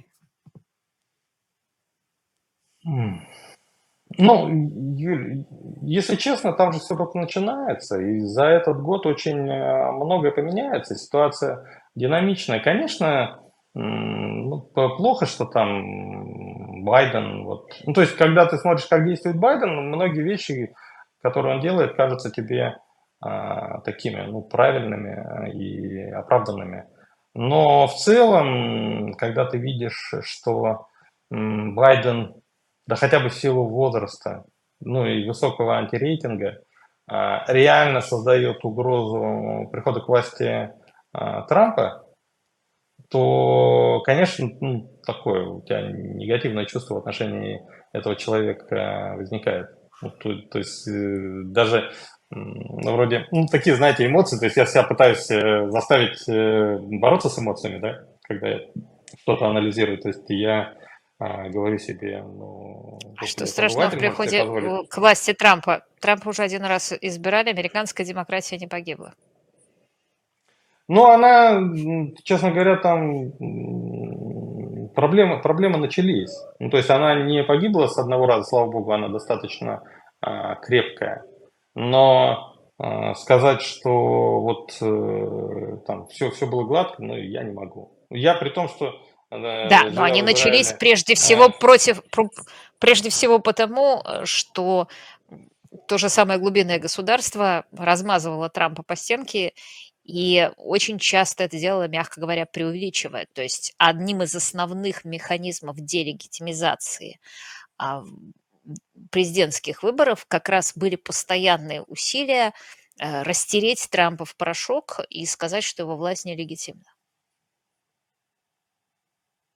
М. Ну, Юль, если честно, там же все только начинается, и за этот год очень э, многое поменяется, ситуация динамичная. Конечно, м, ну, п- плохо, что там Байден, вот. Ну, то есть, когда ты смотришь, как действует Байден, многие вещи, которые он делает, кажутся тебе а, такими, ну, правильными и оправданными. Но в целом, когда ты видишь, что м, Байден, да хотя бы в силу возраста, ну и высокого антирейтинга, а, реально создает угрозу прихода к власти а, Трампа, то, конечно, ну, такое у тебя негативное чувство в отношении этого человека возникает. Ну, то, то есть э, даже м, ну, вроде, ну, такие, знаете, эмоции, то есть я себя пытаюсь э, заставить э, бороться с эмоциями, да, когда я что-то анализирую, то есть я а, говорю себе, ну, А что господи, это страшного в обыватель может себе приходе позволить. э, к власти Трампа? Трампа уже один раз избирали, американская демократия не погибла. Ну, она, м, честно говоря, там м, проблемы, проблемы начались. Ну, то есть она не погибла с одного раза, слава богу, она достаточно а, крепкая. Но а, сказать, что вот э, там все, все было гладко, ну, я не могу. Я при том, что Да, э, но живя они в начались Израиле, прежде э, всего против, пру- прежде всего потому, э, что то же самое глубинное государство размазывало Трампа по стенке, и очень часто это делало, мягко говоря, преувеличивая. То есть одним из основных механизмов делегитимизации а, в- президентских выборов как раз были постоянные усилия э, растереть Трампа в порошок и сказать, что его власть нелегитимна.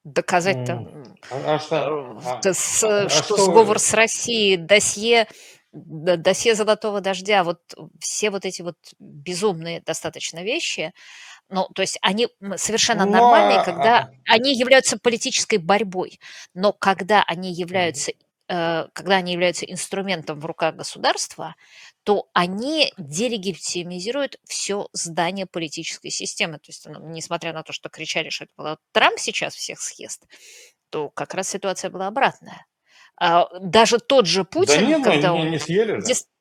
доказать-то, М, м, А, а что, э, а, т с а- а что что сговор вы- с Россией, досье д досье "Золотого дождя", вот все вот эти вот безумные достаточно вещи, ну, то есть они, м, совершенно Ну, нормальные, а, когда а- они являются политической борьбой. Но когда они Мгм. являются, э, когда они являются инструментом в руках государства, то они делегитимизируют все здание политической системы. То есть, ну, несмотря на то, что кричали, что это было Трамп сейчас всех съест, то как раз ситуация была обратная. А, даже тот же Да Путин, нет, ну когда не, он не съели же. дис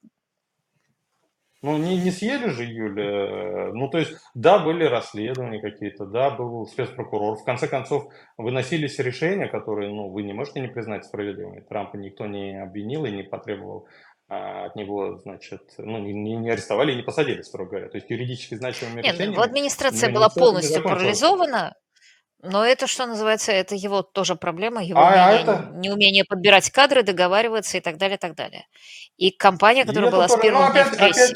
Ну, не, не съели же, Юля. Э, Ну, то есть, да, были расследования какие-то, да, был спецпрокурор. В конце концов, выносились решения, которые, ну, вы не можете не признать справедливыми. Трампа никто не обвинил и не потребовал а, от него, значит, ну, не, не- не арестовали и не посадили, строго говоря. То есть, юридически значимыми Не, ну, его решениями администрация ни- была ничего это не полностью закончилось. парализована, но это, что называется, это его тоже проблема, его А, а умение, это, неумение подбирать кадры, договариваться и так далее, и так далее. И компания, и которая это была с тоже, ну, первых дней в опять, прессе. опять,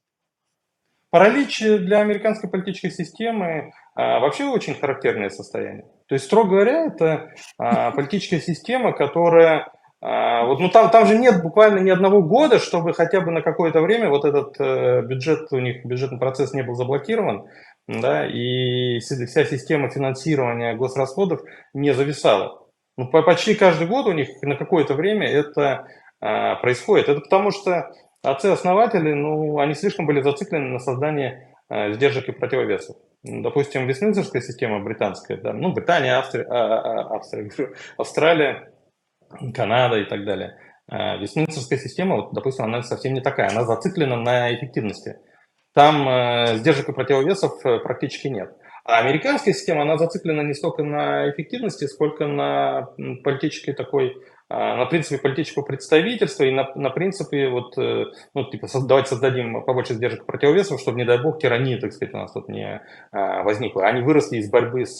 паралич для американской политической системы а, вообще очень характерное состояние. То есть, строго говоря, это а, политическая система, которая... а, вот, ну, там, там же нет буквально ни одного года, чтобы хотя бы на какое-то время вот этот э, бюджет, у них бюджетный процесс не был заблокирован, да, и си- вся система финансирования госрасходов не зависала. Ну, по- почти каждый год у них на какое-то время это а, происходит. Это потому что отцы-основатели, ну, они слишком были зациклены на создании э, сдержек и противовесов. Ну, допустим, Вестминстерская система британская, да, ну, Британия, Австрия, а, а, а, Австрия, говорю, Австралия, Канада и так далее. А Вестминстерская система, вот, допустим, она совсем не такая, она зациклена на эффективности. Там э, сдержек и противовесов э, практически нет. А американская система, она зациклена не столько на эффективности, сколько на м, политической такой, а, на принципе политического представительства и на, на принципе вот, э, ну, типа, со- давайте создадим побольше сдержек и противовесов, чтобы, не дай бог, тирания, так сказать, у нас тут не а, возникла. Они выросли из борьбы с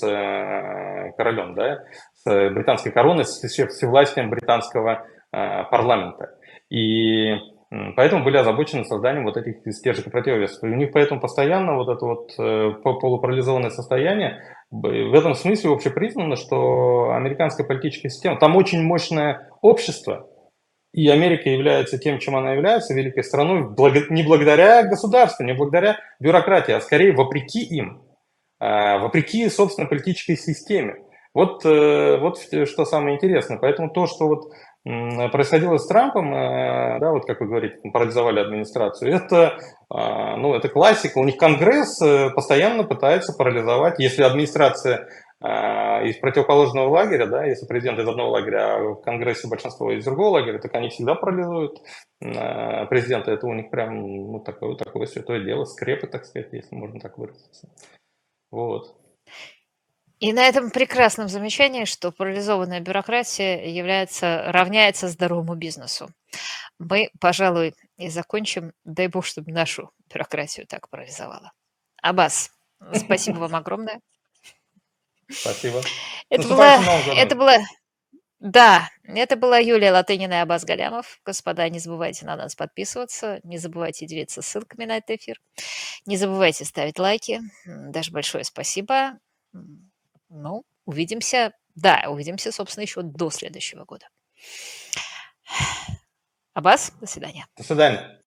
э, королем, да, с британской короной, с все- всевластием британского э, парламента. И М, Поэтому были озабочены созданием вот этих сдержек и противовесов. И у них поэтому постоянно вот это вот э, по- полупарализованное состояние. Б- В этом смысле общепризнано, что американская политическая система, там очень мощное общество, и Америка является тем, чем она является, великой страной, благо- не благодаря государству, не благодаря бюрократии, а скорее вопреки им, а, вопреки, собственно, политической системе. Вот, э, вот что самое интересное. Поэтому то, что вот м, происходило с Трампом, э, да, вот как вы говорите, парализовали администрацию, это, а, ну, это классика. У них Конгресс э, постоянно пытается парализовать. Если администрация а, из противоположного лагеря, да, если президент из одного лагеря, а в Конгрессе большинство из другого лагеря, так они всегда парализуют а, президента. Это у них прям ну, такое, такое святое дело, скрепы, так сказать, если можно так выразиться. Вот. И на этом прекрасном замечании, что парализованная бюрократия является равняется здоровому бизнесу, мы, пожалуй, и закончим. Дай бог, чтобы нашу бюрократию так парализовала. Аббас, спасибо вам огромное. Спасибо. С Это была наступающим Новым это годом! была да, это была Юлия Латынина и Аббас Галямов. Господа, не забывайте на нас подписываться, не забывайте делиться ссылками на этот эфир, не забывайте ставить лайки. М, Даже большое спасибо. М, Ну, увидимся. Да, увидимся, собственно, еще до следующего года. Аббас, до свидания. До свидания.